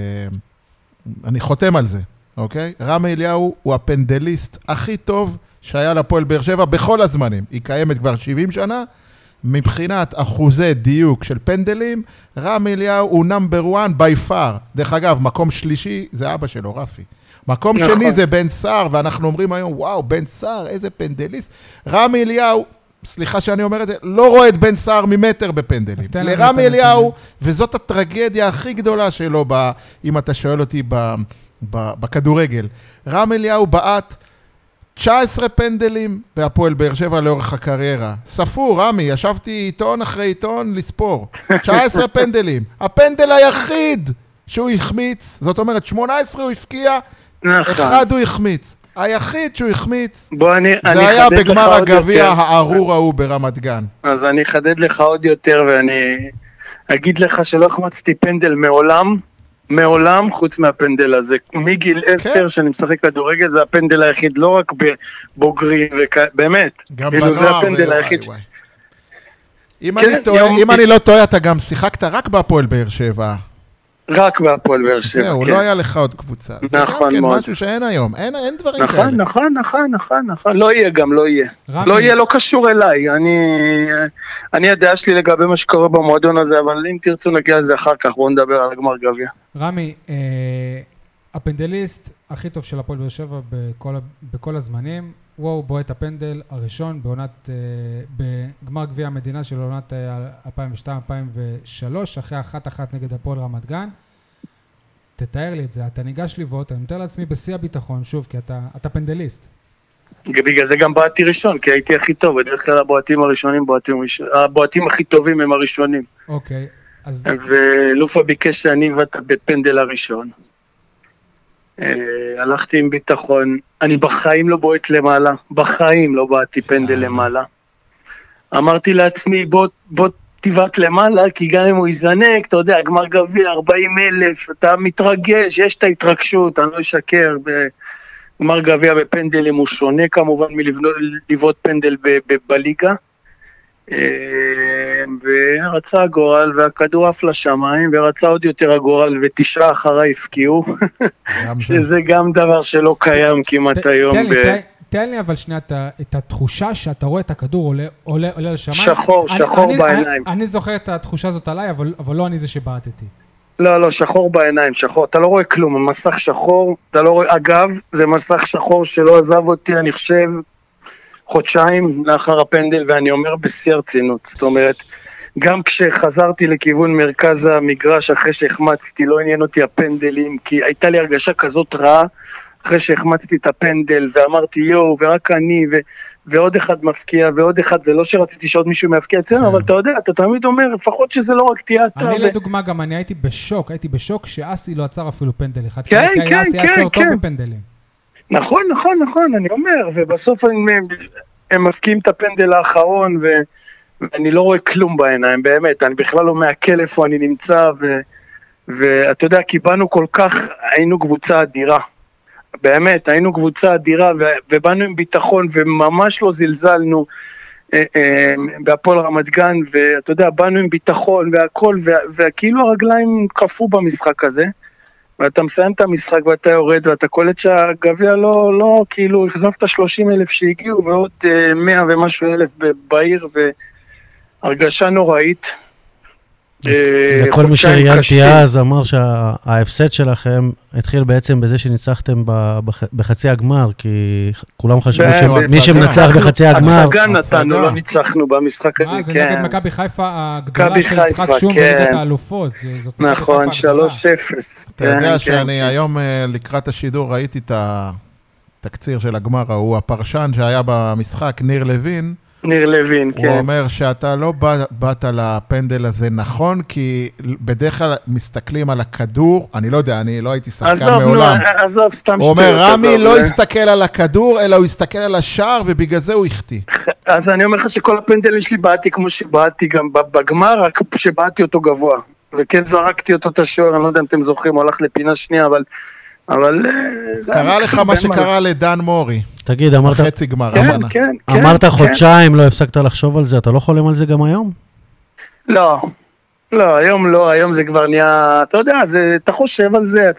אני חותם על זה, אוקיי? רמי אליהו הוא הפנדליסט הכי טוב שהיה לפועל באר שבע בכל הזמנים. היא קיימת כבר 70 שנה, מבחינת אחוזי דיוק של פנדלים, רמי אליהו הוא נאמבר 1 by far. דרך אגב, מקום שלישי זה אבא שלו, רפי. מקום שני זה בן סער, ואנחנו אומרים היום, וואו, בן סער, איזה פנדליסט. רמי אליהו, סליחה שאני אומר את זה, לא רואה את בן סער ממטר בפנדלים. לרמי אליהו, וזאת הטרגדיה הכי גדולה שלו, אם אתה שואל אותי בכדורגל. רמי אליהו בעט 19 פנדלים בהפועל באר שבע לאורך הקריירה. ספור, רמי, ישבתי עיתון אחרי עיתון לספור. 19 פנדלים. הפנדל היחיד שהוא החמיץ, זאת אומרת 18 הוא הפקיע, אחד הוא החמיץ. היחיד שהוא החמיץ, זה היה בגמר הגביע הארור ההוא ברמת גן. אז אני אחדד לך עוד יותר, ואני אגיד לך שלא החמצתי פנדל מעולם, חוץ מהפנדל הזה. מגיל 10 שאני משחק כדורגל, זה הפנדל היחיד, לא רק בבוגרים, באמת. גם בנוער. זה הפנדל היחיד. אם אני לא טועה, אתה גם שיחקת רק בהפועל באר שבע. רק בהפועל באר שבע, זהו, לא היה לך עוד קבוצה. נכון מאוד. זה גם משהו שאין היום, אין דברים כאלה. נכון. לא יהיה גם, לא יהיה. לא יהיה, לא קשור אליי. אני הדעה שלי לגבי מה שקורה במועדון הזה, אבל אם תרצו נגיע לזה אחר כך, בואו נדבר על הגמר גביע. רמי, הפנדליסט הכי טוב של הפועל באר שבע בכל הזמנים, הוא בועט הפנדל הראשון בגמר גביע המדינה של עונת 2002-2003, אחרי 1-1 נגד הפועל רמת גן. תתאר לי את זה, אתה ניגש לבעוט, אני מתאר לעצמי בשיא הביטחון, שוב, כי אתה פנדליסט. בגלל זה גם בעטתי ראשון, כי הייתי הכי טוב, בדרך כלל הבועטים הכי טובים הם הראשונים. אוקיי, אז... ולופה ביקש שאני ואתה בפנדל הראשון. הלכתי עם ביטחון, אני בחיים לא בועט למעלה, בחיים לא בעטתי פנדל למעלה. אמרתי לעצמי, בוא תבעט למעלה, כי גם אם הוא יזנק, אתה יודע, גמר גביע, 40,000, אתה מתרגש, יש את ההתרגשות, אני לא אשקר, גמר גביע בפנדלים הוא שונה כמובן מלבעוט פנדל בליגה. ורצה הגורל והכדור עף לשמיים, ורצה עוד יותר הגורל ו9 אחריי הפקיעו, שזה גם דבר שלא קיים כמעט היום. תן לי אבל שנייה את התחושה שאתה רואה את הכדור עולה לשמיים. שחור בעיניים. אני זוכר את התחושה הזאת עליי, אבל לא אני זה שבעטתי. לא, שחור בעיניים, שחור, אתה לא רואה כלום, מסך שחור, אתה לא רואה, אגב, זה מסך שחור שלא עזב אותי, אני חושב, חודשיים לאחר הפנדל, ואני אומר בשיא הרצינות, זאת אומרת, גם כשחזרתי לכיוון מרכז המגרש אחרי שהחמצתי, לא עניין אותי הפנדלים, כי הייתה לי הרגשה כזאת רעה, אחרי שהחמצתי את הפנדל, ואמרתי יואו, ורק אני, ועוד אחד מפקיע, ועוד אחד, ולא שרציתי שעוד מישהו מפקיע אצלנו, אבל אתה יודע, אתה תמיד אומר, לפחות שזה לא רק תהיה אתה. אני לדוגמה גם, אני הייתי בשוק שאסי לא עצר אפילו פנדל אחד. כן, כי אסי היה יותר טוב בפנדלים. נכון, אני אומר, ובסוף הם מפקיעים את הפנדל האחרון, ואני לא רואה כלום בעיניים, באמת, אני בכלל לא מעכל איפה אני נמצא, ואתה יודע, כי באנו כל כך, היינו קבוצה אדירה. באמת, היינו קבוצה אדירה, ובאנו עם ביטחון, וממש לא זלזלנו בהפועל רמת גן, ואתה יודע, באנו עם ביטחון והכל, וכאילו הרגליים קפו במשחק הזה, ואתה מסיים את המשחק ואתה יורד, ואתה קולט שהגביע לא, כאילו, החזפת 30,000 שהגיעו, ועוד 100 ומשהו אלף בעיר, והרגשה נוראית. לכל מי שראיינתי אז אמר שההפסד שלכם התחיל בעצם בזה שניצחתם בחצי הגמר, כי כולם חשבו שמי שמנצח בחצי הגמר... הצגה נתנו, לא ניצחנו במשחק הזה, זה כן. נגד מכבי חיפה הגדולה של יצחק שום בליגת האלופות. נכון, 3-0. אתה יודע שאני היום לקראת השידור ראיתי את התקציר של הגמר, הוא הפרשן שהיה במשחק, ניר לוין, כן. הוא אומר שאתה לא באת לפנדל הזה נכון, כי בדרך כלל מסתכלים על הכדור, אני לא יודע, אני לא הייתי שחקן מעולם. עזוב, סתם הוא אומר, רמי לא הסתכל על הכדור, אלא הוא הסתכל על השער, ובגלל זה הוא החטיא. אז אני אומר לך שכל הפנדלים שלי באתי כמו שבאתי גם בגמר, רק שבאתי אותו גבוה. וכן זרקתי אותו את השוער, אני לא יודע אם אתם זוכרים, הוא הלך לפינה שנייה, אבל קרה לך מה שקרה לדן מורי. תגיד, אמרת... חצי גמר. כן. אמרת חודשיים, לא הפסקת לחשוב על זה, אתה לא חולם על זה גם היום? לא, היום לא, היום זה כבר נהיה, אתה יודע, אתה חושב על זה,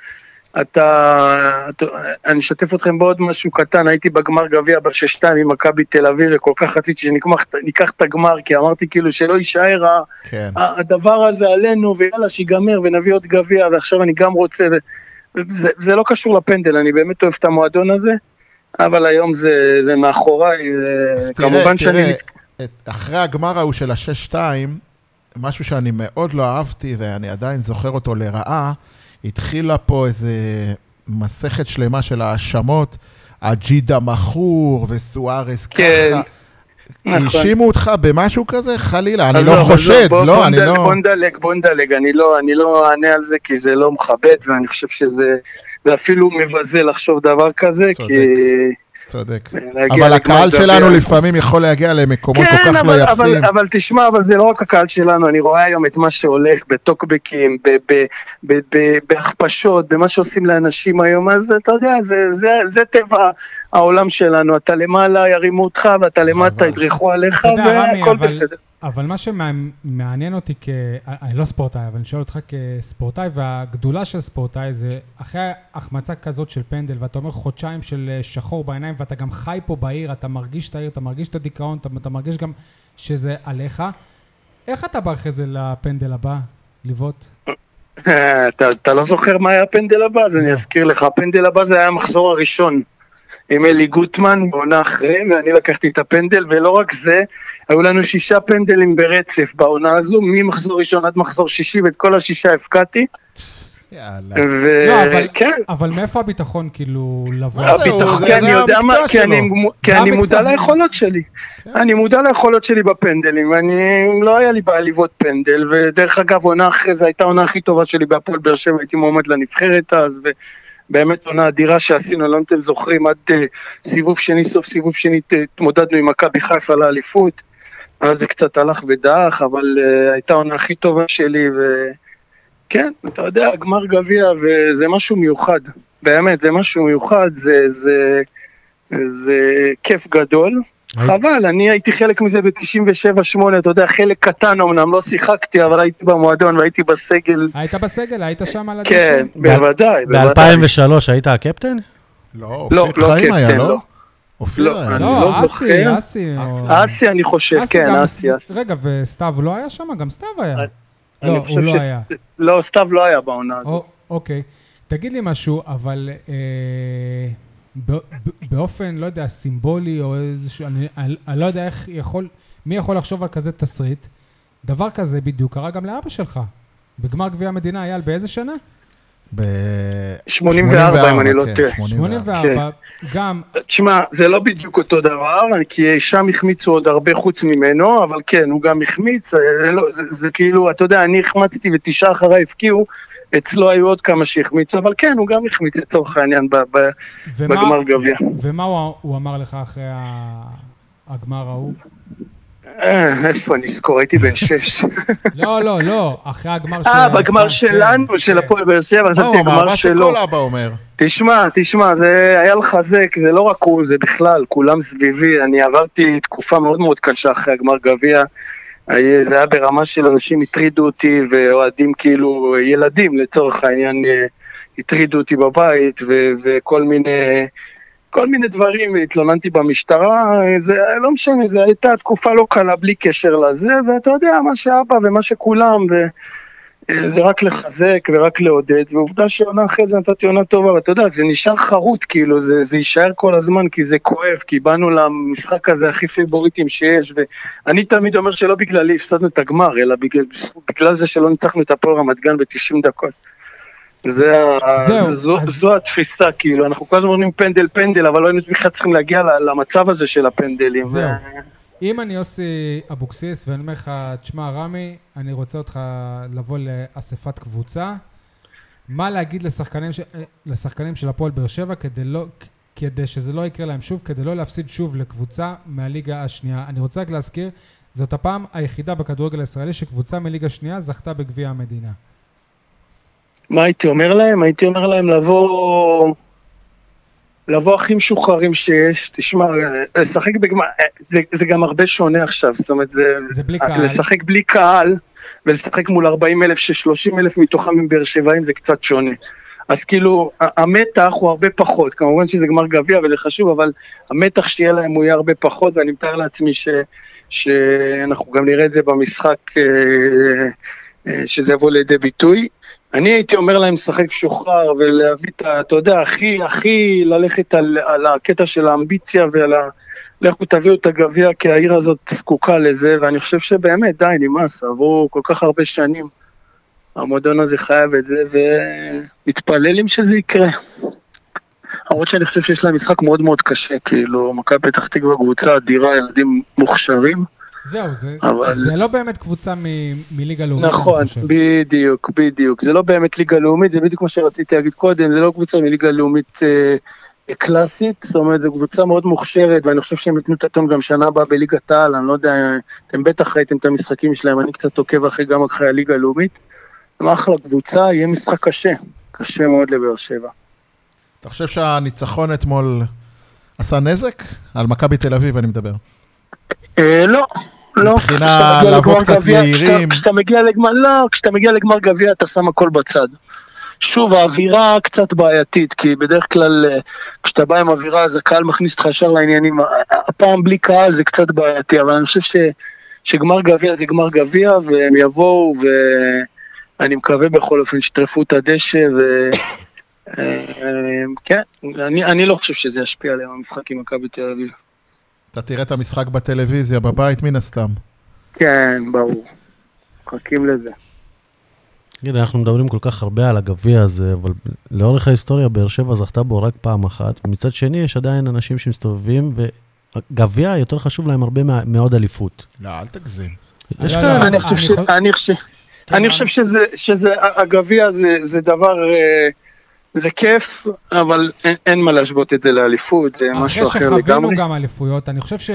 אני אשתף אתכם בעוד משהו קטן, הייתי בגמר גביע ב6-2 עם מכבי תל אביב, וכל כך רציתי שניקח את הגמר, כי אמרתי כאילו שלא יישאר הדבר הזה עלינו, ויאללה שיגמר ונביא עוד גביע, ועכשיו אני גם רוצה, זה לא קשור לפנדל, אני באמת אוהב את המועדון הזה, אבל היום זה מאחוריי, כמובן שאני... אחרי הגמר ההוא של ה6-2, משהו שאני מאוד לא אהבתי, ואני עדיין זוכר אותו לרעה, התחילה פה איזה מסכת שלמה של האשמות, הג'ידה מחור וסוארס ככה. האשימו אותך במשהו כזה? חלילה, אני לא חושד, לא, אני לא... בוא נדלג, אני לא אענה על זה, כי זה לא מכבד, ואני חושב שזה אפילו מבזה לחשוב דבר כזה, כי... צודק. אבל הקהל שלנו לפעמים יכול להגיע למקומות כל כך לא יפים. אבל תשמע, אבל זה לא רק הקהל שלנו, אני רואה היום את מה שהולך בטוקבקים, בהכפשות, במה שעושים לאנשים היום, אז אתה יודע, זה טבע העולם שלנו, אתה למעלה ירימו אותך, ואתה למטה ידרכו עליך, והכל בסדר. אבל מה שמעניין אותי, אני לא ספורטאי, אבל אני שואל אותך כספורטאי, והגדולה של ספורטאי זה אחרי החמצה כזאת של פנדל, ואתה אומר חודשיים של שחור בעיניים, ואתה גם חי פה בעיר, אתה מרגיש את העיר, אתה מרגיש את הדיכאון, אתה מרגיש גם שזה עליך. איך אתה בא אחרי זה לפנדל הבא, לבעוט? אתה לא זוכר מה היה הפנדל הבא, אז אני אזכיר לך, הפנדל הבא זה היה המחזור הראשון. עם אלי גוטמן בעונה אחרי, ואני לקחתי את הפנדל, ולא רק זה, היו לנו 6 פנדלים ברצף בעונה הזו, ממחזור ראשון עד מחזור שישי, ואת כל ה6 הפקעתי. אבל מאיפה הביטחון כאילו לבוא? הביטחון, כי אני יודע מה, כי אני מודע ליכולות שלי. אני מודע ליכולות שלי בפנדלים, ואני לא היה לי בעיה לבעוט פנדל, ודרך אגב, עונה אחרי זה הייתה העונה הכי טובה שלי בהפועל באר שבע, הייתי מועמד לנבחרת אז, באמת עונה אדירה שעשינו, לא אתם זוכרים, עד סוף סיבוב שני, התמודדנו עם מכבי חיפה לאליפות, אז זה קצת הלך ודח, אבל הייתה עונה הכי טובה שלי, וכן, אתה יודע, גמר גביע, וזה משהו מיוחד, באמת, זה משהו מיוחד, זה כיף גדול, חבל, אני הייתי חלק מזה ב-97-8, אתה יודע, חלק קטן אמנם, לא שיחקתי, אבל הייתי במועדון והייתי בסגל. היית בסגל? היית שם על הדשא? כן, בוודאי. ב-2003 היית הקפטן? לא, אופיר חיים היה, לא? אופיר היה. לא, אסי, אני חושב, כן, אסי. רגע, וסתיו לא היה שם? גם סתיו היה. לא, הוא לא היה. לא, סתיו לא היה בעונה הזו. אוקיי. תגיד לי משהו, אבל... באופן, לא יודע, סימבולי או איזשהו, אני לא יודע מי יכול לחשוב על כזה תסריט. דבר כזה בדיוק קרה גם לאבא שלך. בגמר גביע המדינה, אייל, באיזה שנה? ב-84, אם אני לא טועה. 84, גם... תשמע, זה לא בדיוק אותו דבר, כי שם החמיצו עוד הרבה חוץ ממנו, אבל כן, הוא גם החמיץ, זה כאילו, אתה יודע, אני החמצתי ותשעה אחריי הפקיעו, אצלו היו עוד כמה שהחמיצו, אבל כן, הוא גם החמיץ לצורך העניין בגמר גביע. ומה הוא אמר לך אחרי הגמר ההוא? איפה אני זכור, הייתי בן 6. לא, אחרי הגמר בגמר שלנו, של הפועל באר שבע, חשבתי הגמר שלו. שכל אבא אומר. תשמע, זה היה לחזק, זה לא רק הוא, זה בכלל, כולם סביבי, אני עברתי תקופה מאוד מאוד קשה אחרי הגמר גביע, זה היה ברמה של אנשים הטרידו אותי, ואוהדים כאילו, ילדים לצורך העניין, הטרידו אותי בבית, וכל מיני דברים, התלוננתי במשטרה, זה לא משנה, זה הייתה תקופה לא קלה בלי קשר לזה, ואתה יודע, מה שאבא ומה שכולם, זה רק לחזק ורק לעודד, ועובדה שעונה אחרי זה נתתי עונה טובה, ואתה יודע, זה נשאר חרוט, כאילו, זה יישאר כל הזמן, כי זה כואב, כי באנו למשחק הזה הכי פיבוריטים שיש, ואני תמיד אומר שלא בגללי הפסדנו את הגמר, אלא בגלל זה שלא ניצחנו את הפועל רמת גן ב-90 דקות. זו התפיסה, כאילו, אנחנו כל הזמן אומרים פנדל, אבל לא היינו בכלל צריכים להגיע למצב הזה של הפנדלים. זהו. אם אני יוסי אבוקסיס ואני אומר לך, תשמע רמי, אני רוצה אותך לבוא לאספת קבוצה, מה להגיד לשחקנים של הפועל באר שבע כדי שזה לא יקרה להם שוב, כדי לא להפסיד שוב לקבוצה מהליגה השנייה. אני רוצה רק להזכיר, זאת הפעם היחידה בכדורגל הישראלי שקבוצה מליגה שנייה זכתה בגביע המדינה. מה הייתי אומר להם? הייתי אומר להם לבוא הכי משוחררים שיש, תשמע, לשחק בגמר, זה גם הרבה שונה עכשיו, זאת אומרת, זה בלי קהל. לשחק בלי קהל, ולשחק מול 40,000 ש30,000 מתוכם עם באר שבעים זה קצת שונה. אז כאילו, המתח הוא הרבה פחות, כמובן שזה גמר גביע וזה חשוב, אבל המתח שיהיה להם הוא יהיה הרבה פחות, ואני מתאר לעצמי שאנחנו גם נראה את זה במשחק, שזה יבוא לידי ביטוי. אני הייתי אומר להם לשחק שוחרר ולהביא אתה יודע, הכי ללכת על הקטע של האמביציה לכו תביאו את הגביע, כי העיר הזאת זקוקה לזה, ואני חושב שבאמת, די, נמאס, עברו כל כך הרבה שנים, המועדון הזה חייב את זה, ומתפללים שזה יקרה. למרות שאני חושב שיש להם משחק מאוד מאוד קשה, כאילו, מכבי פתח תקווה קבוצה אדירה, ילדים מוכשרים, זהו, זה לא באמת קבוצה מליגה לאומית. נכון, בדיוק. זה לא באמת ליגה לאומית, זה בדיוק מה שרציתי להגיד קודם, זה לא קבוצה מליגה לאומית קלאסית, זאת אומרת, זו קבוצה מאוד מוכשרת, ואני חושב שהם יתנו את הטון גם שנה הבאה בליגת העל, אני לא יודע, אתם בטח ראיתם את המשחקים שלהם, אני קצת עוקב גם אחרי הליגה הלאומית, זה אחלה קבוצה, יהיה משחק קשה מאוד לבאר שבע. אתה חושב שהניצחון אתמול עשה נזק? על מכבי תל אביב אני מדבר. לא. מבחינה לבוא קצת יעירים. כשאתה מגיע לגמר גביע אתה שם הכל בצד. שוב, האווירה קצת בעייתית, כי בדרך כלל כשאתה בא עם אווירה אז הקהל מכניס אותך ישר לעניינים. הפעם בלי קהל זה קצת בעייתי, אבל אני חושב שגמר גביע זה גמר גביע, והם יבואו, ואני מקווה בכל אופן שטרפו את הדשא, כן, אני לא חושב שזה ישפיע עליהם המשחק עם מכבי תל אביב. אתה תראה את המשחק בטלוויזיה, בבית, מן הסתם. כן, ברור. מחכים לזה. תגיד, אנחנו מדברים כל כך הרבה על הגביע הזה, אבל לאורך ההיסטוריה, באר שבע זכתה בו רק פעם אחת, ומצד שני יש עדיין אנשים שמסתובבים, וגביע יותר חשוב להם הרבה מאוד אליפות. לא, אל תגזים. אני חושב שהגביע זה דבר... זה כיף, אבל אין מה להשוות את זה לאליפות, זה משהו אחר לגמרי. אחרי שחווינו גם אליפויות, אני חושב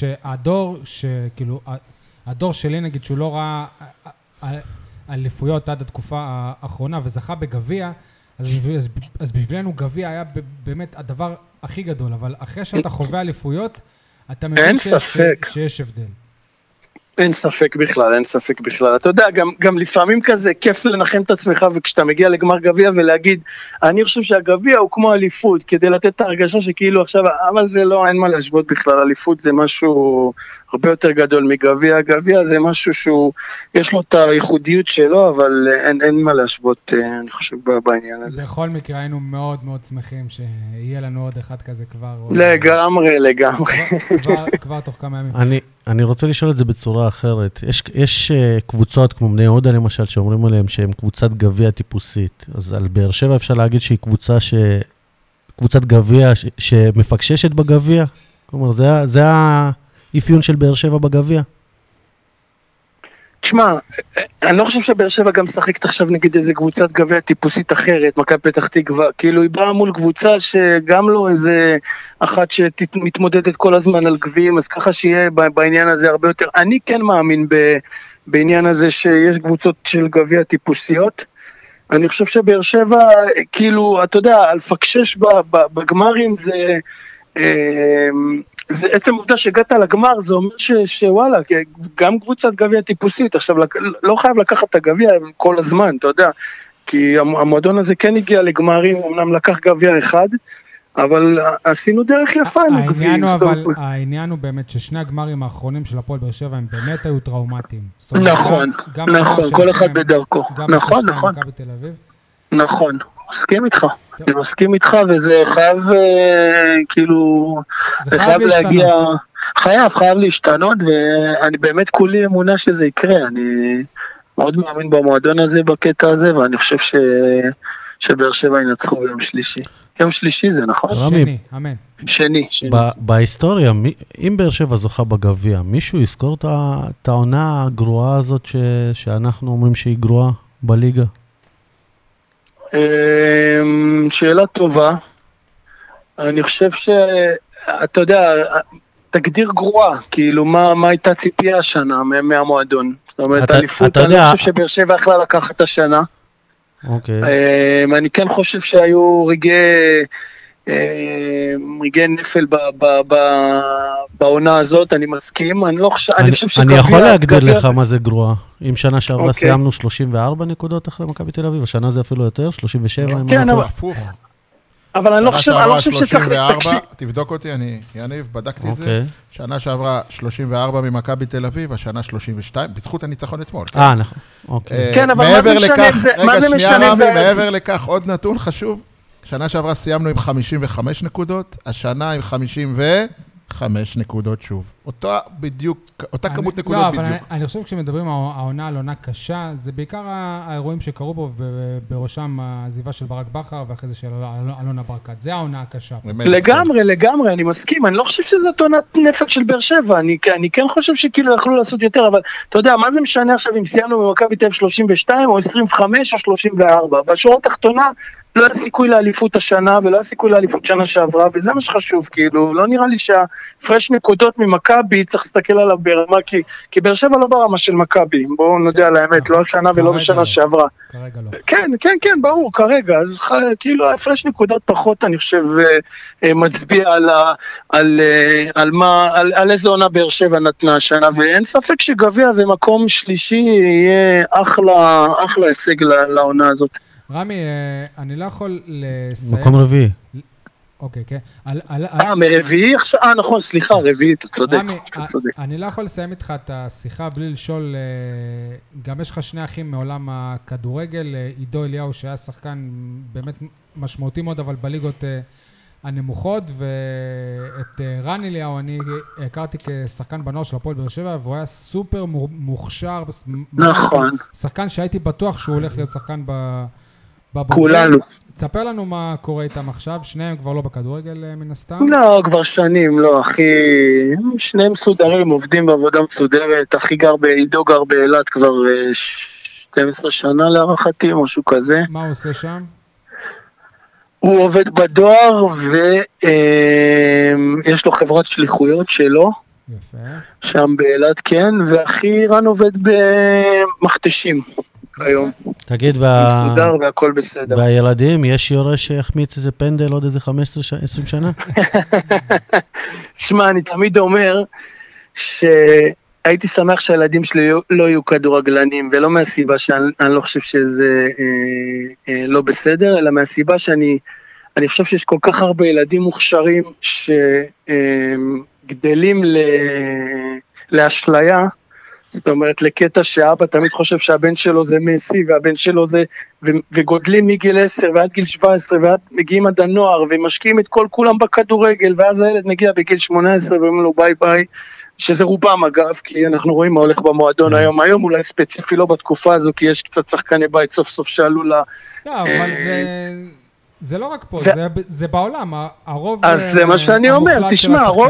הדור שלי נגיד שהוא לא ראה אליפויות עד התקופה האחרונה וזכה בגביע, אז בשבילנו גביע היה באמת הדבר הכי גדול, אבל אחרי שאתה חווה אליפויות, אתה מבין שיש הבדל. אין ספק בכלל, אין ספק בכלל. אתה יודע, גם לפעמים כזה כיף לנחם את עצמך, וכשאתה מגיע לגמר גביע ולהגיד, אני חושב שהגביע הוא כמו אליפות, כדי לתת את ההרגשה שכאילו עכשיו, אבל זה לא, אין מה להשוות בכלל, אליפות זה משהו הרבה יותר גדול מגביע, גביע זה משהו שהוא, יש לו את הייחודיות שלו, אבל אין מה להשוות, אני חושב, בעניין הזה. בכל מקרה היינו מאוד מאוד שמחים שיהיה לנו עוד אחד כזה כבר. לגמרי. כבר תוך כמה ימים. אני רוצה לשאול את זה בצורה אחרת. יש קבוצות כמו בני יהודה למשל, שאומרים עליהם שהם קבוצת גביע טיפוסית. אז על באר שבע אפשר להגיד שהיא קבוצת גביע שמפקששת בגביע? כלומר, זה האפיון של באר שבע בגביע? תשמע, אני לא חושב שבאר שבע גם שחקת עכשיו נגיד איזה קבוצת גביע טיפוסית אחרת, מכבי פתח תקווה, כאילו היא באה מול קבוצה שגם לא איזה אחת שמתמודדת כל הזמן על גביעים, אז ככה שיהיה בעניין הזה הרבה יותר. אני כן מאמין בעניין הזה שיש קבוצות של גביע טיפוסיות. אני חושב שבאר שבע, כאילו, אתה יודע, לפקשש בגמרים זה עצם עובדה שהגעת לגמר, זה אומר שוואלה, גם קבוצת גביע טיפוסית, עכשיו לא חייב לקחת את הגביע כל הזמן, אתה יודע, כי המועדון הזה כן הגיע לגמרים, אמנם לקח גביע אחד, אבל עשינו דרך יפה. העניין הוא באמת ששני הגמרים האחרונים של הפועל באר שבע הם באמת היו טראומטיים. נכון, כל אחד בדרכו. נכון. נכון, מסכים איתך. אני מסכים איתך, וזה חייב, כאילו, זה חייב להגיע, חייב להשתנות, ואני באמת כולי אמונה שזה יקרה, אני מאוד מאמין במועדון הזה, בקטע הזה, ואני חושב שבאר שבע ינצחו ביום שלישי. יום שלישי זה נכון? שני, אמן. שני. בהיסטוריה, אם באר שבע זוכה בגביע, מישהו יזכור את העונה הגרועה הזאת שאנחנו אומרים שהיא גרועה בליגה? שאלה טובה. אני חושב אתה יודע, תגדיר גרועה, כאילו מה הייתה ציפייה השנה מהמועדון? זאת אומרת, אליפות, אני חושב שבאר שבע יכלה לקחת השנה. אוקיי. אני כן חושב שהיו רגעי נפל בעונה הזאת, אני מסכים, אני יכול להגדיר לך מה זה גרועה. אם שנה שעברה סיימנו 34 נקודות אחרי מכבי תל אביב, השנה זה אפילו יותר, 37. כן, אבל אני לא חושב שצריך... תבדוק אותי, אני יניב, בדקתי את זה. שנה שעברה 34 ממכבי תל אביב, השנה 32, בזכות הניצחון אתמול. נכון, אוקיי. כן, אבל מה זה משנה עם זה? מעבר לכך, עוד נתון חשוב, שנה שעברה סיימנו עם 55 נקודות, השנה עם 55 נקודות שוב. אותה כמות נקודות בדיוק. אבל אני חושב כשמדברים העונה על עונה קשה, זה בעיקר האירועים שקרו בו, בראשם העזיבה של ברק בכר, ואחרי זה של אלונה ברקת. זה העונה הקשה. לגמרי, אני מסכים. אני לא חושב שזאת עונת נפק של באר שבע. אני כן חושב שכאילו יכלו לעשות יותר, אבל אתה יודע, מה זה משנה עכשיו אם סיימנו במכבי תל אביב 32 או 25 או 34? בשורה התחתונה, לא היה סיכוי לאליפות השנה, ולא היה סיכוי לאליפות שנה שעברה, וזה מה שחשוב, כאילו, לא נראה לי שהפרש נקודות ממכבי, צריך להסתכל עליו ברמה, כי באר שבע לא ברמה של מכבי, בואו נודע על האמת, לא השנה ולא בשנה שעברה. כרגע לא. כן, ברור, כרגע, אז כאילו, הפרש נקודות פחות, אני חושב, מצביע על איזה עונה באר שבע נתנה השנה, ואין ספק שגביע ומקום שלישי יהיה אחלה הישג לעונה הזאת. רמי, אני לא יכול לסיים... מקום רביעי. אוקיי, כן. מרביעי עכשיו? נכון, סליחה, רביעי, אתה צודק. אני לא יכול לסיים איתך את השיחה בלי לשאול, גם יש לך שני אחים מעולם הכדורגל, עידו אליהו שהיה שחקן באמת משמעותי מאוד, אבל בליגות הנמוכות, ואת רן אליהו אני הכרתי כשחקן בנוער של הפועל באר שבע, והוא היה סופר מוכשר. נכון. שחקן שהייתי בטוח שהוא הולך להיות שחקן כולנו. תספר לנו מה קורה איתם עכשיו, שניהם כבר לא בכדורגל מן הסתם? לא, כבר שנים, לא, אחי, שניהם מסודרים, עובדים בעבודה מסודרת, אחי עידו גר באילת כבר 12 שנה להערכתי, משהו כזה. מה הוא עושה שם? הוא עובד בדואר ויש לו חברת שליחויות שלו. יפה. שם באילת, כן, ואחי רן עובד במכתשים היום. תגיד, מסודר והכל בסדר. והילדים, יש יורש שיחמיץ איזה פנדל עוד איזה 15-20 שנה? שמע, אני תמיד אומר הייתי שמח שהילדים שלי לא יהיו כדורגלנים, ולא מהסיבה שאני לא חושב שזה לא בסדר, אלא מהסיבה שאני חושב שיש כל כך הרבה ילדים מוכשרים שגדלים לאשליה, זאת אומרת לקטע שאבא תמיד חושב שהבן שלו זה מסי, והבן שלו זה, וגודלים מגיל 10 ועד גיל 17 ועד מגיעים עד הנוער ומשקיעים את כולם בכדורגל, ואז הילד מגיע בגיל 18 ואומרים לו ביי ביי, שזה רובם אגב, כי אנחנו רואים מה הולך במועדון היום אולי ספציפי לא בתקופה הזו, כי יש קצת שחקני בית סוף סוף שעלו לה. לא, אבל זה לא רק פה, זה בעולם, הרוב אז זה מה שאני אומר, תשמע, הרוב,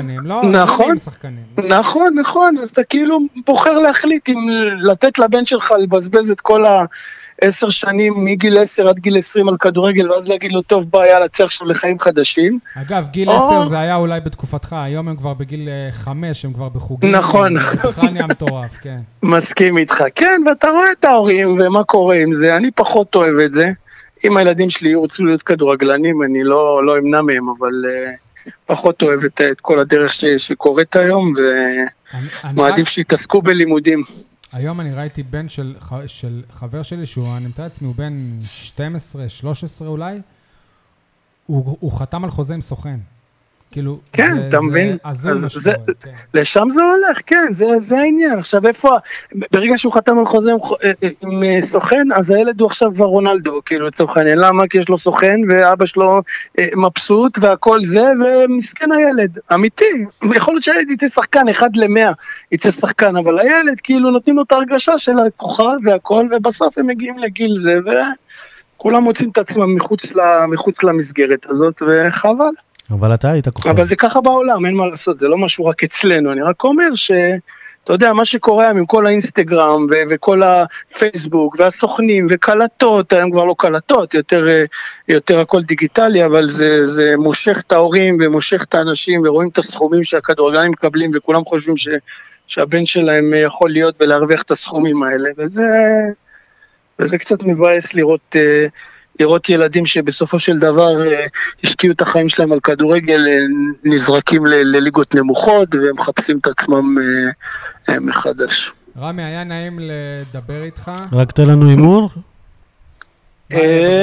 נכון, אז אתה כאילו בוחר להחליט אם לתת לבן שלך לבזבז את כל 10 שנים מגיל 10 עד גיל 20 על כדורגל, ואז להגיד לו, טוב, בוא, יאללה, צריך עכשיו לחיים חדשים. אגב, גיל 10 זה היה אולי בתקופתך, היום הם כבר בגיל 5, הם כבר בחוגים. נכון. בכלל נהיה מטורף, כן. מסכים איתך, כן, ואתה רואה את ההורים ומה קורה עם זה, אני פחות אוהב את זה. אם הילדים שלי ירצו להיות כדורגלנים, אני לא אמנע מהם, אבל פחות אוהב את כל הדרך שקורית היום, ומעדיף שיתעסקו בלימודים. היום אני ראיתי בן של חבר שלי, אני מתאר לעצמי, הוא בן 12, 13 אולי, הוא חתם על חוזה עם סוכן. כאילו, כן, אתה מבין? לשם זה הולך, כן, זה העניין. עכשיו, איפה, ברגע שהוא חתם על חוזה עם סוכן, אז הילד הוא עכשיו כבר רונלדו, כאילו, לצורך העניין. למה? כי יש לו סוכן, ואבא שלו מבסוט, והכל זה, ומסכן הילד. אמיתי. יכול להיות שהילד יצא שחקן, 1-100 יצא שחקן, אבל הילד, כאילו, נותנים לו את ההרגשה של הכוכב והכל, ובסוף הם מגיעים לגיל זה, וכולם מוצאים את עצמם מחוץ למסגרת הזאת, וחבל. אבל אתה היית כוכב. אבל זה ככה בעולם, אין מה לעשות, זה לא משהו רק אצלנו, אני רק אומר אתה יודע, מה שקורה עם כל האינסטגרם וכל הפייסבוק והסוכנים וקלטות, היום כבר לא קלטות, יותר הכל דיגיטלי, אבל זה מושך את ההורים ומושך את האנשים ורואים את הסכומים שהכדורגלנים מקבלים וכולם חושבים שהבן שלהם יכול להיות ולהרוויח את הסכומים האלה, וזה קצת מבאס לראות ילדים שבסופו של דבר השקיעו את החיים שלהם על כדורגל, נזרקים לליגות נמוכות ומחפשים את עצמם מחדש. רמי, היה נעים לדבר איתך. רק תן לנו אימור. 2-0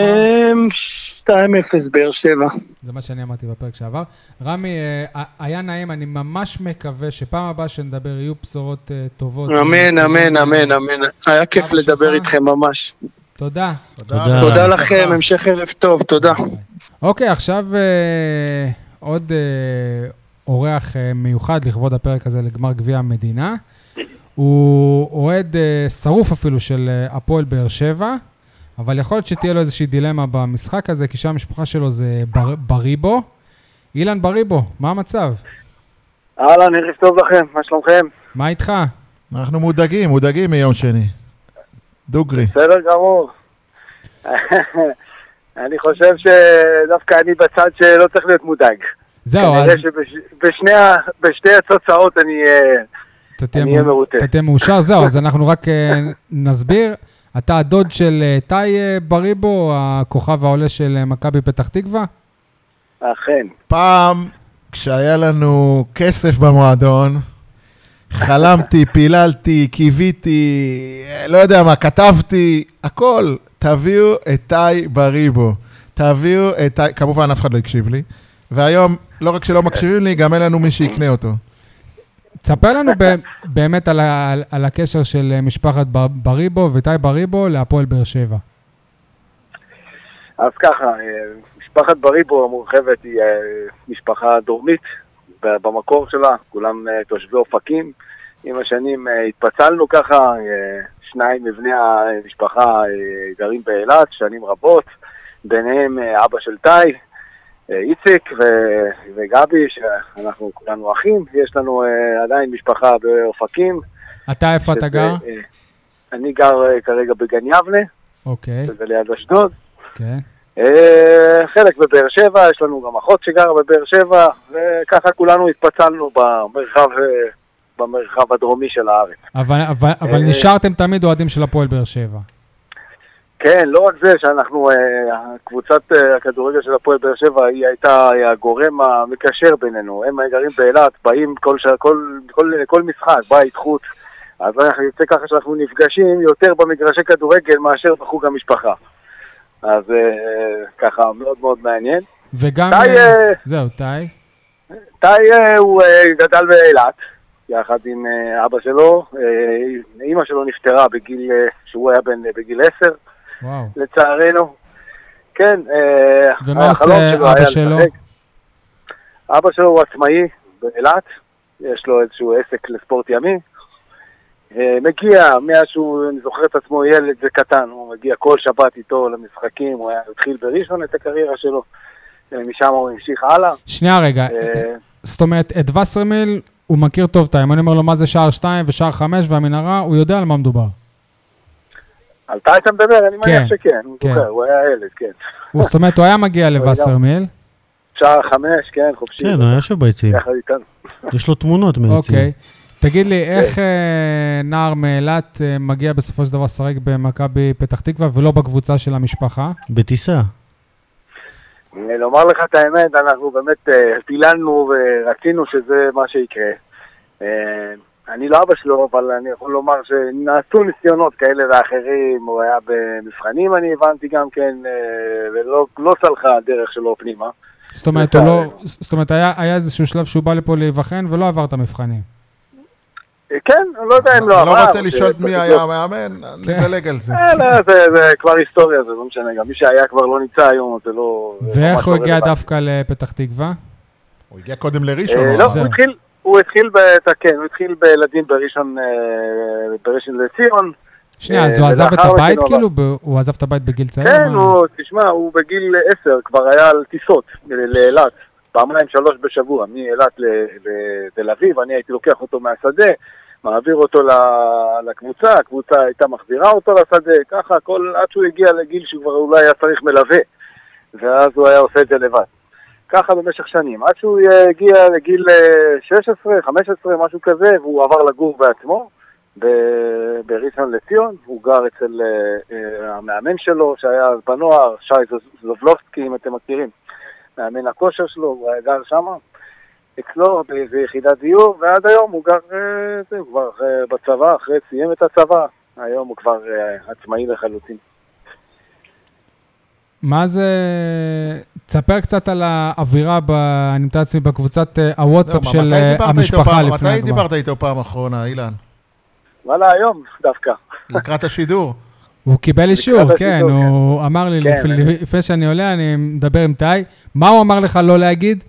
באר שבע. זה מה שאני אמרתי בפרק שעבר. רמי, היה נעים, אני ממש מקווה שפעם הבאה שנדבר יהיו בשורות טובות. אמן, אמן, אמן, אמן. היה כיף לדבר איתכם ממש. תודה. תודה לכם, המשך ערב טוב, תודה. אוקיי, עכשיו עוד אורח מיוחד לכבוד הפרק הזה לגמר גביע המדינה. הוא אוהד שרוף אפילו של הפועל באר שבע, אבל יכול להיות שתהיה לו איזושהי דילמה במשחק הזה, כי שם המשפחה שלו זה בריבו. אילן בריבו, מה המצב? אהלן, ערב טוב לכם, מה שלומכם? מה איתך? אנחנו מודאגים מיום שני. דוגרי. בסדר גמור. אני חושב שדווקא אני בצד שלא צריך להיות מודאג. זהו, אז... בשתי התוצאות אני אהיה מרוטה. אתה תהיה מאושר, זהו, אז אנחנו רק נסביר. אתה הדוד של טי בריבו, הכוכב העולה של מכבי פתח תקווה? אכן. פעם, כשהיה לנו כסף במועדון, חלמתי, פיללתי, קיוויתי, לא יודע מה, כתבתי, הכל. תביאו את טי בריבו. תביאו את טי, כמובן אף אחד לא הקשיב לי. והיום, לא רק שלא מקשיבים לי, גם אין לנו מי שיקנה אותו. תספר לנו באמת על הקשר של משפחת בריבו וטי בריבו להפועל באר שבע. אז ככה, משפחת בריבו המורחבת היא משפחה דרומית במקור שלה, כולם תושבי אופקים. עם השנים התפצלנו ככה, 2 מבני המשפחה גרים באילת שנים רבות, ביניהם אבא של טי, איציק וגבי, שאנחנו כולנו אחים. יש לנו עדיין משפחה באופקים. אתה איפה אתה גר? אני גר כרגע בגן יבנה, אוקיי. שזה ליד אשדוד. כן. חלק בבאר שבע, יש לנו גם אחות שגרה בבאר שבע, וככה כולנו התפצלנו במרחב הדרומי של הארץ. אבל נשארתם תמיד אוהדים של הפועל באר שבע. כן, לא רק זה שאנחנו, קבוצת הכדורגל של הפועל באר שבע היא הייתה הגורם המקשר בינינו. הם גרים באילת, באים כל משחק, בית חוץ, אז אנחנו יוצא ככה שאנחנו נפגשים יותר במגרשי כדורגל מאשר בחוג המשפחה. אז ככה מאוד מאוד מעניין. וגם, זהו, טי. טי הוא גדל באילת, יחד עם אבא שלו. אמא שלו נפטרה בגיל, שהוא היה בגיל 10, וואו. לצערנו. כן, ומה עושה אבא שלו? אבא שלו הוא עצמאי באילת, יש לו איזשהו עסק לספורט ימי. מגיע, אני זוכר את עצמו ילד וקטן, הוא מגיע כל שבת איתו למשחקים, הוא התחיל בראשון את הקריירה שלו, משם הוא המשיך הלאה. שנייה רגע, זאת אומרת, את וסרמיל הוא מכיר טוב טיים, אני אומר לו מה זה שער 2 ושער 5 והמנהרה, הוא יודע על מה מדובר. על טי אתה מדבר? אני מניח שכן, הוא זוכר, הוא היה ילד, כן. זאת אומרת, הוא היה מגיע לווסרמיל. שער 5, כן, חופשי. כן, הוא היה שב ביציעים. יש לו תמונות מיציעים. אוקיי. תגיד לי, איך נער מאילת מגיע בסופו של דבר לשחק במכבי פתח תקווה ולא בקבוצה של המשפחה? בטיסה. לומר לך את האמת, אנחנו באמת פיללנו ורצינו שזה מה שיקרה. אני לא אבא שלו, אבל אני יכול לומר שנעשו ניסיונות כאלה ואחרים, הוא היה במבחנים, אני הבנתי גם כן, ולא סלחה הדרך שלו פנימה. זאת אומרת, היה איזשהו שלב שהוא בא לפה להיבחן ולא עבר את המבחנים. כן, אני לא יודע אם לא עבר. אני לא רוצה לשאול מי היה המאמן, נדלג על זה. זה כבר היסטוריה, זה לא משנה, גם מי שהיה כבר לא נמצא היום, זה לא... ואיך הוא הגיע דווקא לפתח תקווה? הוא הגיע קודם לראשון. לא, הוא התחיל בילדים בראשון לציון. שנייה, אז הוא עזב את הבית כאילו? הוא עזב את הבית בגיל צעיר? כן, תשמע, הוא בגיל 10 כבר היה על טיסות לאילת. 2-3 בשבוע, מאילת לתל אביב, אני הייתי לוקח אותו מהשדה, מעביר אותו לקבוצה, הקבוצה הייתה מחזירה אותו לשדה, ככה, עד שהוא הגיע לגיל שהוא כבר אולי היה צריך מלווה, ואז הוא היה עושה את זה לבד. ככה במשך שנים, עד שהוא הגיע לגיל 16, 15, משהו כזה, והוא עבר לגור בעצמו, בראשון לציון, הוא גר אצל המאמן שלו, שהיה בנוער, שי זובלובסקי, אם אתם מכירים. מאמן הכושר שלו, הוא היה גר שם, אצלו באיזו יחידת דיור, ועד היום הוא גר כבר בצבא, אחרי סיים את הצבא, היום הוא כבר עצמאי לחלוטין. מה זה... תספר קצת על האווירה, אני מתאר עצמי בקבוצת הוואטסאפ של המשפחה לפני הגמר. מתי דיברת איתו פעם אחרונה, אילן? וואלה, היום דווקא. לקראת השידור. הוא קיבל אישור, כן, הוא אמר לי, לפני שאני עולה, אני מדבר עם טי, מה הוא אמר לך לא להגיד?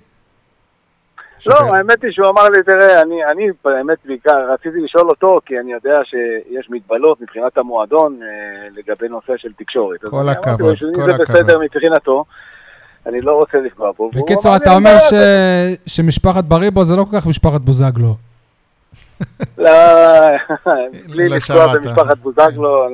לא, האמת היא שהוא אמר לי, תראה, אני באמת בעיקר רציתי לשאול אותו, כי אני יודע שיש מגבלות מבחינת המועדון לגבי נושא של תקשורת. כל הכבוד, כל הכבוד. זה בסדר מבחינתו, אני לא רוצה לפגוע בו. בקיצור, אתה אומר שמשפחת בריבו זה לא כל כך משפחת בוזגלו. לא, בלי לפגוע במשפחת בוזגלו,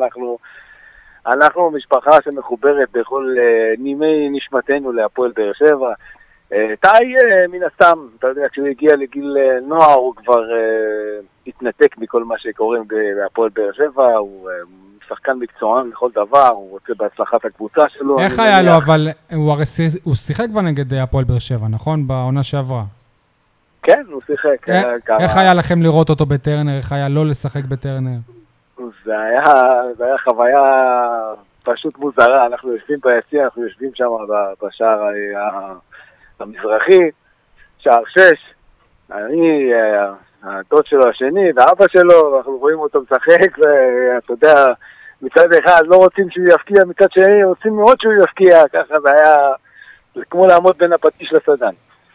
אנחנו משפחה שמחוברת בכל נימי נשמתנו להפועל באר שבע. טי מן הסתם, אתה יודע, כשהוא הגיע לגיל נוער הוא כבר התנתק מכל מה שקוראים בהפועל באר שבע, הוא שחקן מקצוען לכל דבר, הוא רוצה בהצלחת הקבוצה שלו. איך היה לו, אבל הוא שיחק כבר נגד הפועל באר שבע, נכון? בעונה שעברה. כן, הוא שיחק. איך היה לכם לראות אותו בטרנר? איך היה לא לשחק בטרנר? זה היה חוויה פשוט מוזרה, אנחנו יושבים ביציע, אנחנו יושבים שם בשער המזרחי, שער 6, אני, הדוד שלו השני ואבא שלו, אנחנו רואים אותו משחק, ואתה יודע, מצד אחד לא רוצים שהוא יפקיע, מצד שני רוצים מאוד שהוא יפקיע, ככה זה היה כמו לעמוד בין הפטיש לסדן.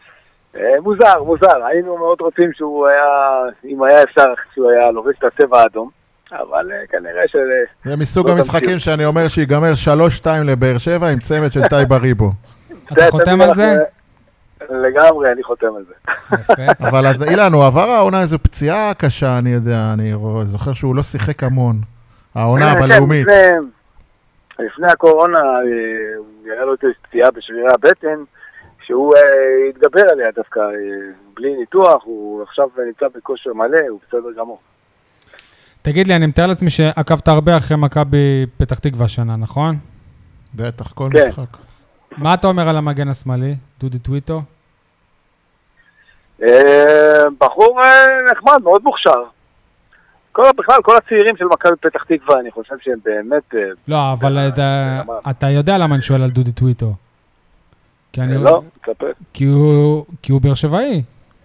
מוזר, היינו מאוד רוצים שהוא היה, אם היה אפשר, שהוא היה לובש את הצבע האדום, אבל כנראה זה מסוג המשחקים שאני אומר שיגמר 3-2 לבאר שבע עם צמד של טי בריבו. אתה חותם על זה? לגמרי, אני חותם על זה. אבל אילן, הוא עבר העונה איזו פציעה קשה, אני יודע, אני זוכר שהוא לא שיחק המון. העונה בלאומית. לפני הקורונה, היה לו איזו פציעה בשבירי הבטן, שהוא התגבר עליה דווקא בלי ניתוח, הוא עכשיו נמצא בכושר מלא, הוא בסדר גמור. תגיד לי, אני מתאר לעצמי שעקבת הרבה אחרי מכבי פתח תקווה השנה, נכון? בטח, כל משחק. מה אתה אומר על המגן השמאלי, דודי טוויטו? בחור נחמד, מאוד מוכשר. בכלל, כל הצעירים של מכבי פתח תקווה, אני חושב שהם באמת... לא, אבל אתה יודע למה אני שואל על דודי טוויטו. לא, תספר. כי הוא באר שבעי.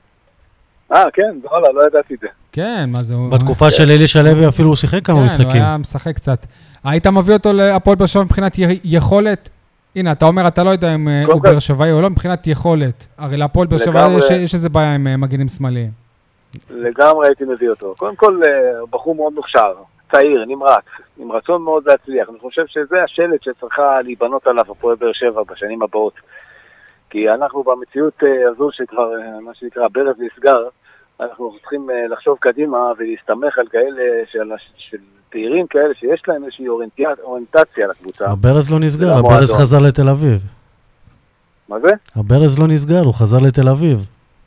כן, לא ידעתי את זה. כן, מה זה? בתקופה של אלישע לוי אפילו הוא שיחק כמה משחקים. כן, הוא היה משחק קצת. היית מביא אותו להפועל באר שבע מבחינת יכולת? הנה, אתה אומר, אתה לא יודע אם הוא באר שבעי או לא, מבחינת יכולת. הרי להפועל באר שבע יש איזה בעיה עם מגנים שמאליים. לגמרי הייתי מביא אותו. קודם כל, בחור מאוד מוכשר, צעיר, נמרץ, עם רצון מאוד להצליח. אני חושב שזה השלט שצריכה להיבנות עליו הפועל באר שבע בשנים הבאות. כי אנחנו במציאות הזו שכבר, מה שנקרא, ברז נסגר, אנחנו צריכים לחשוב קדימה ולהסתמך על כאלה של תאירים כאלה שיש להם איזושהי אוריינטציה לקבוצה. הברז לא נסגר, הברז חזר לתל אביב. מה זה? הברז לא נסגר, הוא חזר לתל אביב.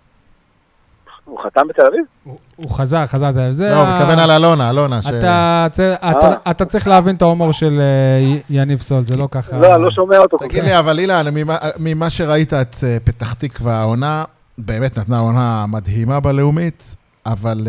הוא חתם בתל אביב? הוא חזר. לא, הוא מתכוון על אלונה. אתה צריך להבין את ההומור של יניב סול, זה לא ככה... לא, אני לא שומע אותו. תגיד לי, אבל אילן, ממה שראית את פתח תקווה, העונה באמת נתנה עונה מדהימה בלאומית, אבל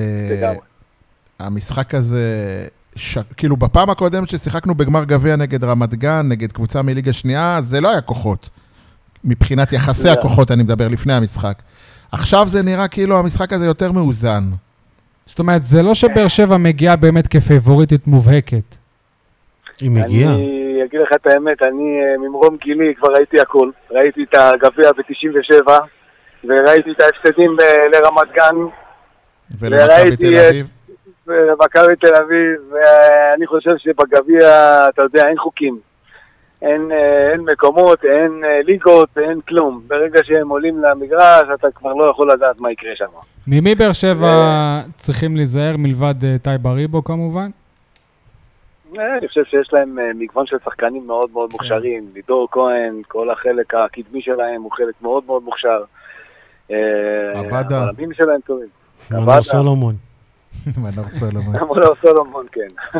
המשחק הזה, כאילו בפעם הקודמת ששיחקנו בגמר גביע נגד רמת גן, נגד קבוצה מליגה שנייה, זה לא היה כוחות. מבחינת יחסי הכוחות אני מדבר לפני המשחק. עכשיו זה נראה כאילו המשחק הזה יותר מאוזן. זאת אומרת, זה לא שבאר שבע מגיעה באמת כפייבוריטית מובהקת. היא מגיעה. אני אגיד לך את האמת, אני ממרום גילי כבר ראיתי הכל. ראיתי את הגביע ב-97, וראיתי את ההפסדים לרמת גן. ולמכבי תל אביב. ולמכבי תל אביב, ואני חושב שבגביע, אתה יודע, אין חוקים. אין מקומות, אין ליגות, אין כלום. ברגע שהם עולים למגרש, אתה כבר לא יכול לדעת מה יקרה שם. ממי באר שבע צריכים להיזהר מלבד טייב אריבו כמובן? אני חושב שיש להם מגוון של שחקנים מאוד מאוד מוכשרים. לידור כהן, כל החלק הקדמי שלהם הוא חלק מאוד מאוד מוכשר. עבדה. הרבים שלהם טובים. מנור סולומון. מנור סולומון, כן.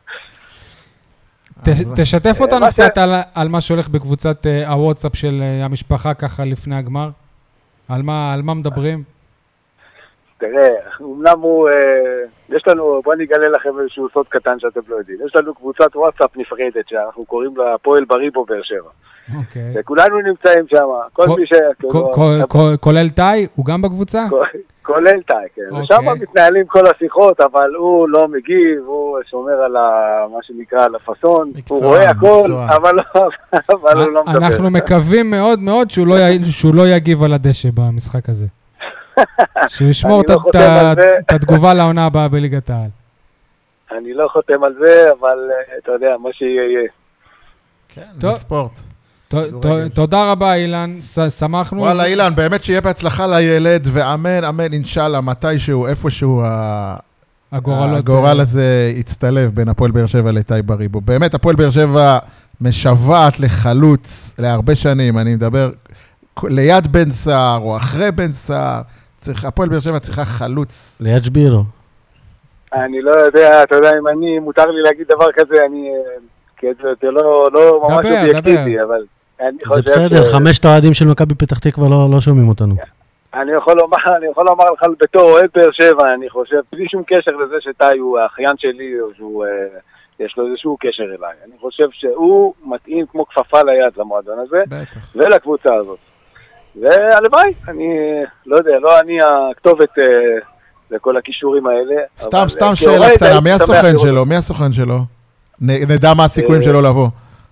תשתף אותנו קצת על מה שהולך בקבוצת הוואטסאפ של המשפחה ככה לפני הגמר. על מה מדברים? תראה, אמנם יש לנו, בוא נגלה לכם איזשהו סוד קטן שאתם לא יודעים. יש לנו קבוצת וואטסאפ נפרדת שאנחנו קוראים לה הפועל בריבו באר שבע. אוקיי. וכולנו נמצאים שם. כל מי ש... כולל טאי? הוא גם בקבוצה? כולל טאי, כן. ושם מתנהלים כל השיחות, אבל הוא לא מגיב, הוא שומר על מה שנקרא, על הפסון. הוא רואה הכל, אבל הוא לא מדבר. אנחנו מקווים מאוד מאוד שהוא לא יגיב על הדשא במשחק הזה. שהוא ישמור את התגובה לעונה הבאה בליגת העל. אני לא חותם על זה, אבל אתה יודע, מה שיהיה. כן, זה ספורט. תודה רבה אילן, שמחנו. וואלה אילן, באמת שיהיה בהצלחה לילד, ואמן, אמן, אינשאללה, מתישהו, איפשהו הגורל הזה יצטלב בין הפועל באר שבע לטייב אריבו. באמת, הפועל באר שבע משוועת לחלוץ להרבה שנים, אני מדבר ליד בן סער או אחרי בן סער, הפועל באר שבע צריכה חלוץ. ליד שבירו. אני לא יודע, אתה יודע, אם מותר לי להגיד דבר כזה, כי זה לא ממש אובייקטיבי, אבל אני חושב... זה בסדר, 5 אוהדים של מכבי פתח תקווה לא שומעים אותנו. אני יכול לומר לך בתור אוהד באר שבע, אני חושב, בלי שום קשר לזה שטאי הוא האחיין שלי, או שהוא... יש לו איזשהו קשר אליי. אני חושב שהוא מתאים כמו כפפה ליד למועדון הזה, ולקבוצה הזאת. והלוואי, אני לא יודע, לא אני הכתובת לכל הכישורים האלה. סתם שאלה קטנה, מי הסוכן שלו? מי הסוכן שלו? נדע מה הסיכויים שלו לבוא.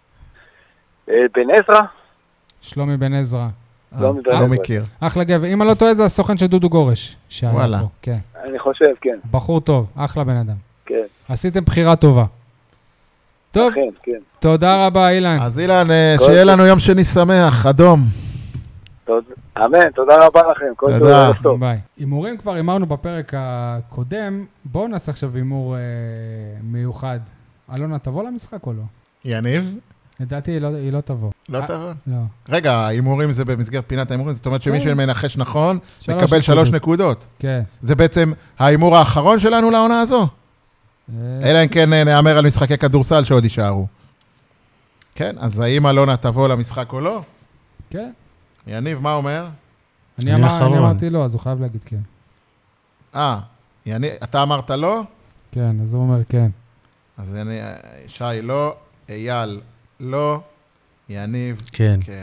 בן עזרא. שלומי בן עזרא. לא מכיר. אחלה גבר. אם אני לא טועה, זה הסוכן של דודו גורש. וואלה. אני חושב, כן. בחור טוב, אחלה בן אדם. כן. עשיתם בחירה טובה. טוב, תודה רבה אילן. אז אילן, שיהיה לנו יום שני שמח, אדום. אמן, תודה רבה לכם. תודה. ביי. הימורים כבר הימרנו בפרק הקודם, בואו נעשה עכשיו הימור מיוחד. אלונה, תבוא למשחק או לא? יניב? לדעתי היא לא תבוא. לא תבוא? לא. רגע, ההימורים זה במסגרת פינת ההימורים, זאת אומרת שמישהו מנחש נכון, מקבל 3 נקודות. כן. זה בעצם ההימור האחרון שלנו לעונה הזו? אלא אם כן נאמר על משחקי כדורסל שעוד יישארו. כן, אז האם אלונה תבוא למשחק או לא? כן. יניב, מה אומר? אני אמרתי לא, אז הוא חייב להגיד כן. אתה אמרת לא? כן, אז הוא אומר כן. אז אני, שי לא, אייל לא, יניב כן. כן.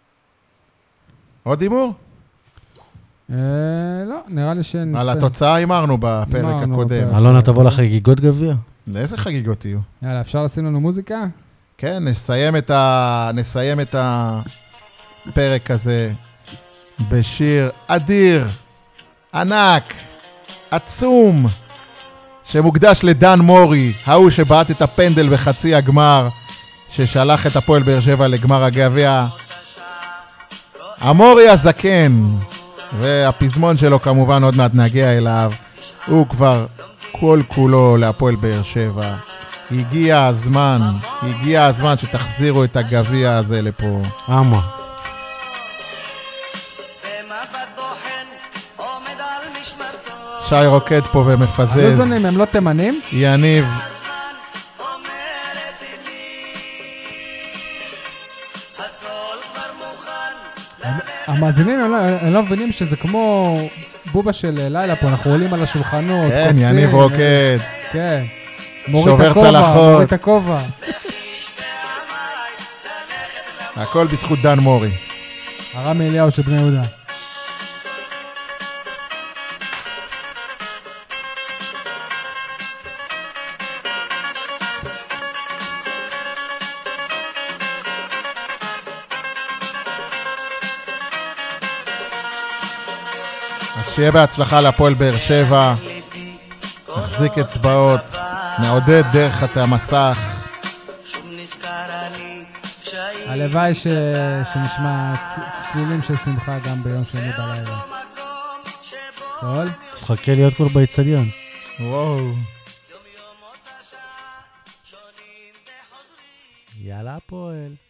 עוד הימור? לא, נראה לי שנסתם. על התוצאה הימרנו בפרק הימרנו הקודם. בפרק. אלונה תבוא לחגיגות גביע? לאיזה חגיגות יהיו? יאללה, אפשר לשים לנו מוזיקה? כן, נסיים את הפרק הזה בשיר אדיר, ענק, עצום, שמוקדש לדן מורי, ההוא שבעט את הפנדל בחצי הגמר, ששלח את הפועל באר שבע לגמר הגביע. המורי הזקן, והפזמון שלו כמובן עוד מעט נגיע אליו, הוא כבר כל כולו להפועל באר שבע. הגיע הזמן שתחזירו את הגביע הזה לפה. אמה. שי רוקד פה ומפזז. הלוזונים הם לא תימנים? יניב. המאזינים הם לא מבינים שזה כמו בובה של לילה פה, אנחנו עולים על השולחנות, כן, קופצים, יניב רוקד. כן. שובר צלחות. מוריד את הכובע. הכל בזכות דן מורי. הרמי אליהו של בני יהודה. אז שיהיה בהצלחה להפועל באר שבע. נחזיק אצבעות. נעודד דרך את המסך. הלוואי שנשמע צלילים של שמחה גם ביום שני בלילה. סול? חכה להיות כבר באצטדיון. וואו. יאללה הפועל.